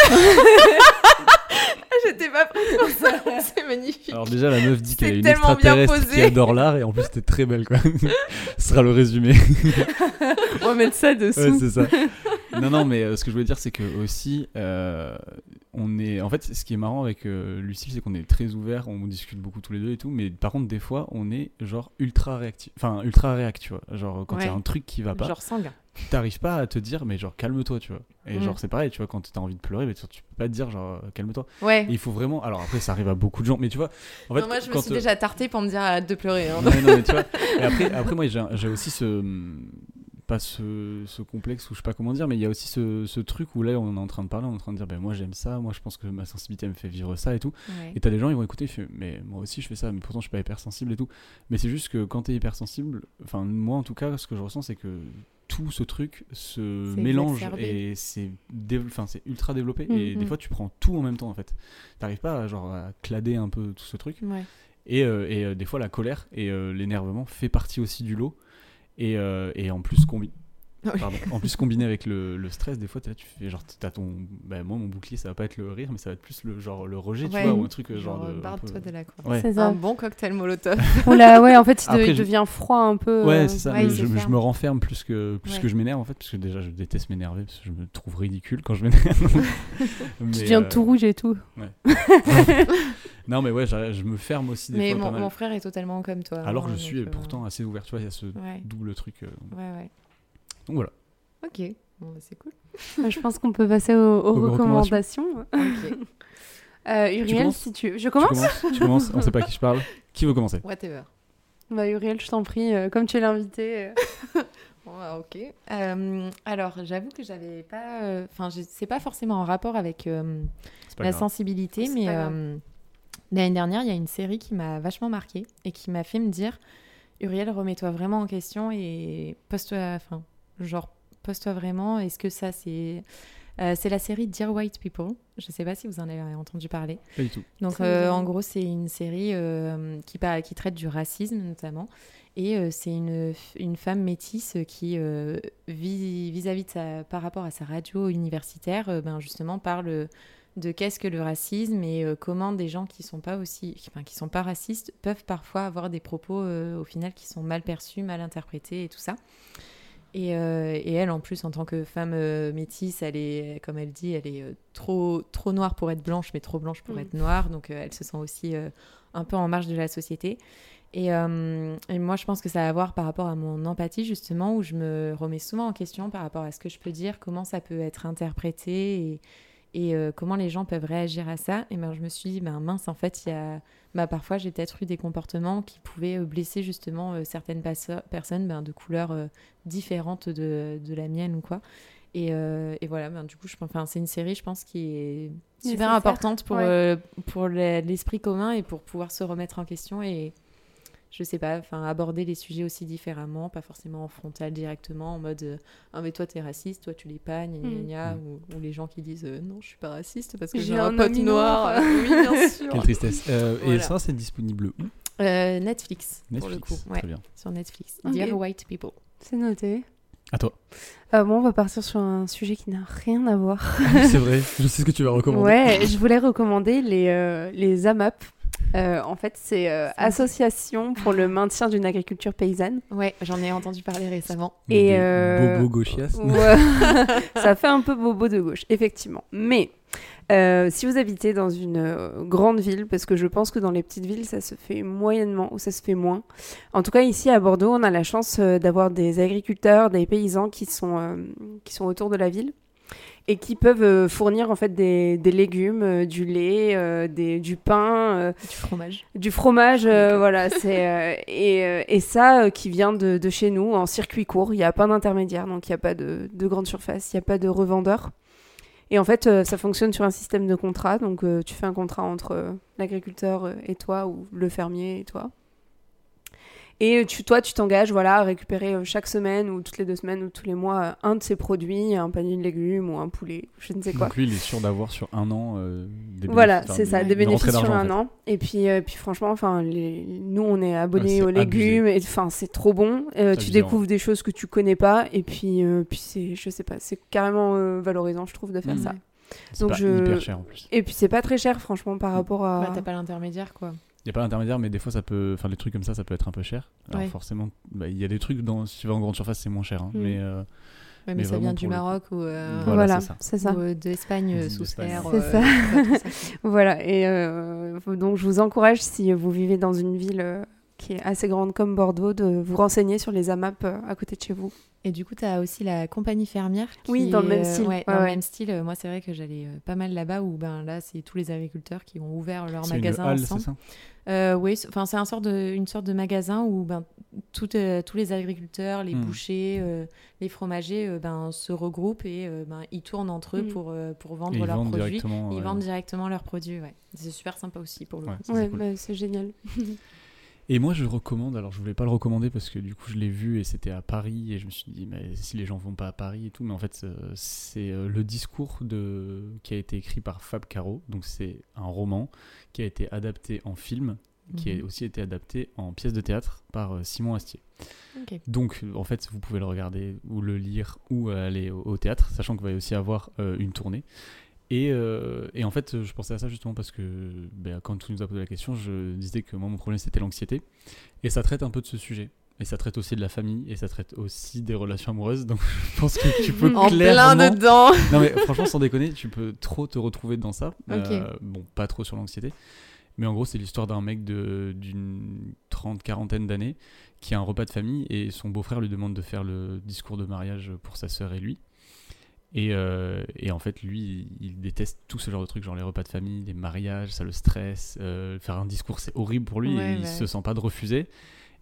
J'étais pas prête pour ça. C'est magnifique. Alors déjà, la meuf dit qu'elle C'est est une tellement bien extraterrestre posé. qui adore l'art et en plus t'es très belle quoi. Ce sera le résumé. On va mettre ça dessous. Ouais, c'est ça. Non, non, mais euh, ce que je voulais dire, c'est que aussi, euh, on est. En fait, ce qui est marrant avec euh, Lucille, c'est qu'on est très ouvert, on discute beaucoup tous les deux et tout, mais par contre, des fois, on est genre ultra réactif. Enfin, ultra réact, tu vois. Genre, quand il y a Ouais. un truc qui va pas, Genre sanguin. t'arrives pas à te dire, mais genre, calme-toi, tu vois. Et Mm. genre, c'est pareil, tu vois, quand t'as envie de pleurer, mais tu tu peux pas te dire, genre, euh, calme-toi. Ouais. Et il faut vraiment. Alors après, ça arrive à beaucoup de gens, mais tu vois. En fait, Non, moi, je me quand, suis euh, déjà tartée pour me dire arrête de pleurer. hein. Ouais, non, mais tu vois. Et après, après moi, j'ai j'ai aussi ce. Pas ce, ce complexe, ou je sais pas comment dire, mais il y a aussi ce, ce truc où là, on est en train de parler, on est en train de dire, ben moi j'aime ça, moi je pense que ma sensibilité me fait vivre ça et tout. Ouais. Et t'as des gens, ils vont écouter, ils font, mais moi aussi je fais ça, mais pourtant je suis pas hypersensible et tout. Mais c'est juste que quand t'es hypersensible, enfin, moi en tout cas, ce que je ressens, c'est que tout ce truc se C'est mélange exacerbé. et c'est dé- enfin, c'est ultra développé. Mm, et des mm. fois, tu prends tout en même temps en fait. T'arrives pas à, genre, à clader un peu tout ce truc. Ouais. Et, euh, et euh, des fois, la colère et euh, l'énervement fait partie aussi du lot. Et, euh, et en plus, combi... Oui. Pardon. En plus, combiné avec le, le stress, des fois, t'es là, tu fais genre, t'as ton. Bah, moi, mon bouclier, ça va pas être le rire, mais ça va être plus le, genre, le rejet, tu Ouais. vois, ou un truc euh, Genre, genre. de, un barre-toi peu- de là, quoi. Ouais. C'est ça. Un bon cocktail molotov. Oula, ouais, en fait, il, de- Après, il je- devient froid un peu. Ouais, euh, c'est ça. ouais, mais il je, se je ferme. me renferme plus que, plus Ouais. que je m'énerve, en fait, parce que déjà, je déteste m'énerver, parce que je me trouve ridicule quand je m'énerve. Tu Mais, deviens euh, tout rouge et tout. Non, mais ouais, j'arrête- je me ferme aussi des Mais fois pas mon, mal. mon frère est totalement comme toi. Alors que hein, je suis donc, euh, pourtant assez ouvert, tu vois, il y a ce Ouais. double truc. euh, Ouais, ouais. Donc voilà. Ok. Bon, bah, c'est cool. Je pense qu'on peut passer aux, aux Aux recommandations. Ok. Euh, Uriel, commences si tu... Je Tu commence commences, tu commences, on sait pas à qui je parle. Qui veut commencer? Whatever. Bah, Uriel, je t'en prie, euh, comme tu es l'invité. euh. Ouais, ok. Euh, alors, j'avoue que j'avais pas. Enfin, euh, c'est pas forcément en rapport avec euh, la grave. sensibilité, C'est mais pas grave. euh, l'année dernière, il y a une série qui m'a vachement marquée et qui m'a fait me dire Uriel, remets-toi vraiment en question et pose-toi. Enfin, genre, pose-toi vraiment. Est-ce que ça, c'est. Euh, c'est la série Dear White People. Je ne sais pas si vous en avez entendu parler. Pas du tout. Donc, Ça me euh, dit en rien. gros, c'est une série euh, qui, par- qui traite du racisme, notamment. Et euh, c'est une, une femme métisse qui, euh, vis- vis-à-vis de sa, par rapport à sa radio universitaire, euh, ben, justement, parle de qu'est-ce que le racisme et euh, comment des gens qui sont pas aussi, enfin, qui sont pas racistes peuvent parfois avoir des propos, euh, au final, qui sont mal perçus, mal interprétés et tout ça. Et, euh, et elle, en plus, en tant que femme euh, métisse, elle est, comme elle dit, elle est euh, trop, trop noire pour être blanche, mais trop blanche pour Mm. être noire. Donc, euh, elle se sent aussi euh, un peu en marge de la société. Et, euh, et moi, je pense que ça a à voir par rapport à mon empathie, justement, où je me remets souvent en question par rapport à ce que je peux dire, comment ça peut être interprété et, et euh, comment les gens peuvent réagir à ça. Et ben, je me suis dit, ben, mince, en fait, il y a... bah, parfois, j'ai peut-être eu des comportements qui pouvaient euh, blesser, justement, euh, certaines passe- personnes ben, de couleurs euh, différentes de, de la mienne ou quoi. Et, euh, et voilà, ben, du coup, je, enfin, c'est une série, je pense, qui est super Nécessaire. importante pour, Ouais. euh, pour le- l'esprit commun et pour pouvoir se remettre en question et je sais pas, enfin aborder les sujets aussi différemment, pas forcément en frontal directement, en mode euh, ah mais toi t'es raciste, toi tu l'es pas, gna, gna, Mm. gna, Mm. ou, ou les gens qui disent euh, non je suis pas raciste parce que j'ai, J'ai un, un pote ami noir. noir. oui bien sûr. Quelle tristesse. Euh, Et Voilà. ça, c'est disponible où? Euh, Netflix, pour le Netflix. coup, ouais, Très bien. sur Netflix. Ok. Dear White People. C'est noté. À toi. Euh, bon, on va partir sur un sujet qui n'a rien à voir. C'est vrai. Je sais ce que tu vas recommander. Ouais, je voulais recommander les, euh, les A M A P. Euh, en fait, c'est euh, Ça me dit- Association pour le maintien d'une agriculture paysanne. Ouais, j'en ai entendu parler récemment. Et Des euh, Bobo gauchias. Ouais. Ça fait un peu bobo de gauche, effectivement. Mais euh, si vous habitez dans une euh, grande ville, parce que je pense que dans les petites villes, ça se fait moyennement ou ça se fait moins. En tout cas, ici à Bordeaux, on a la chance euh, d'avoir des agriculteurs, des paysans qui sont, euh, qui sont autour de la ville et qui peuvent euh, fournir en fait des, des légumes, euh, du lait, euh, des, du pain, euh, Du fromage. du fromage, euh, Ok. voilà. C'est, euh, et, euh, et ça euh, qui vient de, de chez nous en circuit court. Il n'y a pas d'intermédiaire, donc il n'y a pas de, de grande surface, il n'y a pas de revendeur. Et en fait, euh, ça fonctionne sur un système de contrat. Donc euh, tu fais un contrat entre euh, l'agriculteur euh, et toi, ou le fermier et toi. Et tu, toi, tu t'engages voilà, à récupérer euh, chaque semaine ou toutes les deux semaines ou tous les mois euh, un de ses produits, un panier de légumes ou un poulet, je ne sais quoi. Donc lui, il est sûr d'avoir sur un an euh, des Voilà, bénéfices, c'est enfin, ça, une- des une rentrée bénéfices sur d'argent, un en fait. an. Et puis, euh, puis franchement, enfin, les... nous, on est abonnés Ouais, aux c'est abusé. légumes. Et enfin, c'est trop bon. Euh, C'est tu abusé, découvres des choses que tu connais pas. Et puis, euh, puis c'est, je sais pas, c'est carrément euh, valorisant, je trouve, de faire Mhm. ça. C'est Donc pas je- hyper cher en plus. Et puis, c'est pas très cher, franchement, par rapport à. Ouais, t'as pas l'intermédiaire quoi. Il n'y a pas d'intermédiaire, mais des fois, ça peut. Enfin, les trucs comme ça, ça peut être un peu cher. Alors, Ouais. forcément, bah, il y a des trucs, dans... si tu vas en grande surface, c'est moins cher. hein, Mm. Mais, euh, Ouais, mais, Mais ça vraiment vient du pour le coup. Maroc ou, euh, Voilà, Voilà, c'est ça. c'est ça. ou, euh, d'Espagne euh, D'Espagne. sous serre. C'est euh, ça. tout ça, quoi. Voilà. Et euh, donc, je vous encourage, si vous vivez dans une ville euh, qui est assez grande comme Bordeaux, de vous renseigner sur les A M A P euh, à côté de chez vous. Et du coup, tu as aussi la compagnie fermière. Qui Oui, dans le même est, style. Ouais, Ouais, dans le ouais. même style. Euh, Moi, c'est vrai que j'allais euh, pas mal là-bas où ben, là, c'est tous les agriculteurs qui ont ouvert leur c'est une magasin halle, c'est ensemble. ça Euh, oui, c'est- enfin, c'est un sort de, une sorte de magasin où ben, tout, euh, tous les agriculteurs, les Hmm. bouchers, euh, les fromagers euh, ben, se regroupent et euh, ben, ils tournent entre eux Hmm. pour, euh, pour Et vendre ils leurs vendent produits. directement. Ils ouais. vendent directement leurs produits. Ouais. C'est super sympa aussi pour le Ouais, coup. ça, Ouais, c'est cool. bah, c'est génial. Et moi, je recommande, alors je voulais pas le recommander parce que du coup, je l'ai vu et c'était à Paris et je me suis dit, mais si les gens vont pas à Paris et tout, mais en fait, euh, c'est euh, le discours de... qui a été écrit par Fab Caro, donc c'est un roman qui a été adapté en film, qui Mhm. a aussi été adapté en pièce de théâtre par euh, Simon Astier. Ok. Donc, en fait, vous pouvez le regarder ou le lire ou euh, aller au, au théâtre, sachant qu'il va y aussi avoir euh, une tournée. Et, euh, et en fait, je pensais à ça justement parce que ben, quand tu nous as posé la question, je disais que moi, mon problème, c'était l'anxiété. Et ça traite un peu de ce sujet. Et ça traite aussi de la famille. Et ça traite aussi des relations amoureuses. Donc, je pense que tu peux En clairement... plein dedans. Non, mais franchement, sans déconner, tu peux trop te retrouver dans ça. Ok. Euh, bon, pas trop sur l'anxiété. Mais en gros, c'est l'histoire d'un mec de, d'une trente, quarantaine d'années qui a un repas de famille et son beau-frère lui demande de faire le discours de mariage pour sa sœur et lui. Et, euh, et en fait, lui, il, il déteste tout ce genre de trucs, genre les repas de famille, les mariages, ça le stresse. Euh, faire un discours, c'est horrible pour lui Ouais, et il bah se ouais. sent pas de refuser.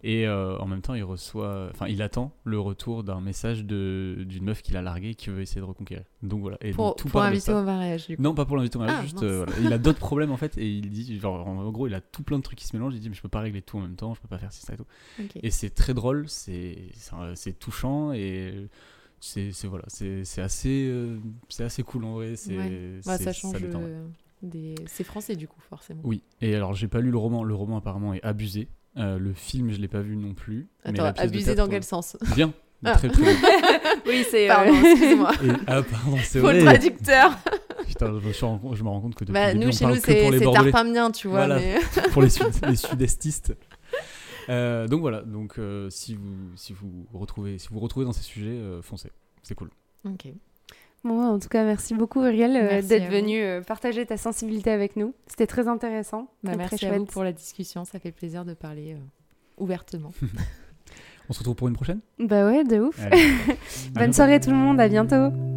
Et euh, en même temps, il reçoit, enfin, il attend le retour d'un message de, d'une meuf qu'il a larguée qui veut essayer de reconquérir. Donc voilà. Et Pour, donc, tout pour parle de inviter ça. au mariage, du coup. Non, pas pour l'inviter au mariage, Ah, juste mince. euh, voilà. Il a d'autres problèmes en fait, et il dit, genre, en gros, il a tout plein de trucs qui se mélangent. Il dit, mais je peux pas régler tout en même temps, je peux pas faire ci, ça et tout. Ok. Et c'est très drôle, c'est, c'est, c'est touchant et c'est, c'est voilà, c'est, c'est assez, euh, c'est assez cool en vrai. C'est, Ouais. Bah, c'est- ça change détend, ouais. euh, des... C'est français, du coup, forcément. Oui. Et alors, j'ai pas lu le roman. Le roman apparemment est abusé. Euh, le film, je l'ai pas vu non plus. mais Attends, la pièce de abusé théâtre, dans quel ouais. sens? Bien. Ah. Très très bien. Oui, c'est. Pardon, excuse-moi. Et- ah pardon, c'est Faut vrai. le traducteur. Putain, je me, suis rend- je me rends compte que depuis Bah, le début, nous, on chez parle nous, que pour c'est les c'est Bordelais. tarpin tu vois. Voilà. Mais... Pour les, sud, les sud-estistes. Euh, donc voilà, donc euh, si vous si vous retrouvez si vous retrouvez dans ces sujets, euh, foncez, c'est cool. Ok. Bon, en tout cas, merci beaucoup, Uriel, euh, Merci d'être à vous. venue euh, partager ta sensibilité avec nous. C'était très intéressant. Bah, très, merci très à chouette. vous pour la discussion. Ça fait plaisir de parler euh, ouvertement. On se retrouve pour une prochaine. Bah ouais, de ouf. Allez. À Bonne bientôt. soirée tout le monde, à bientôt.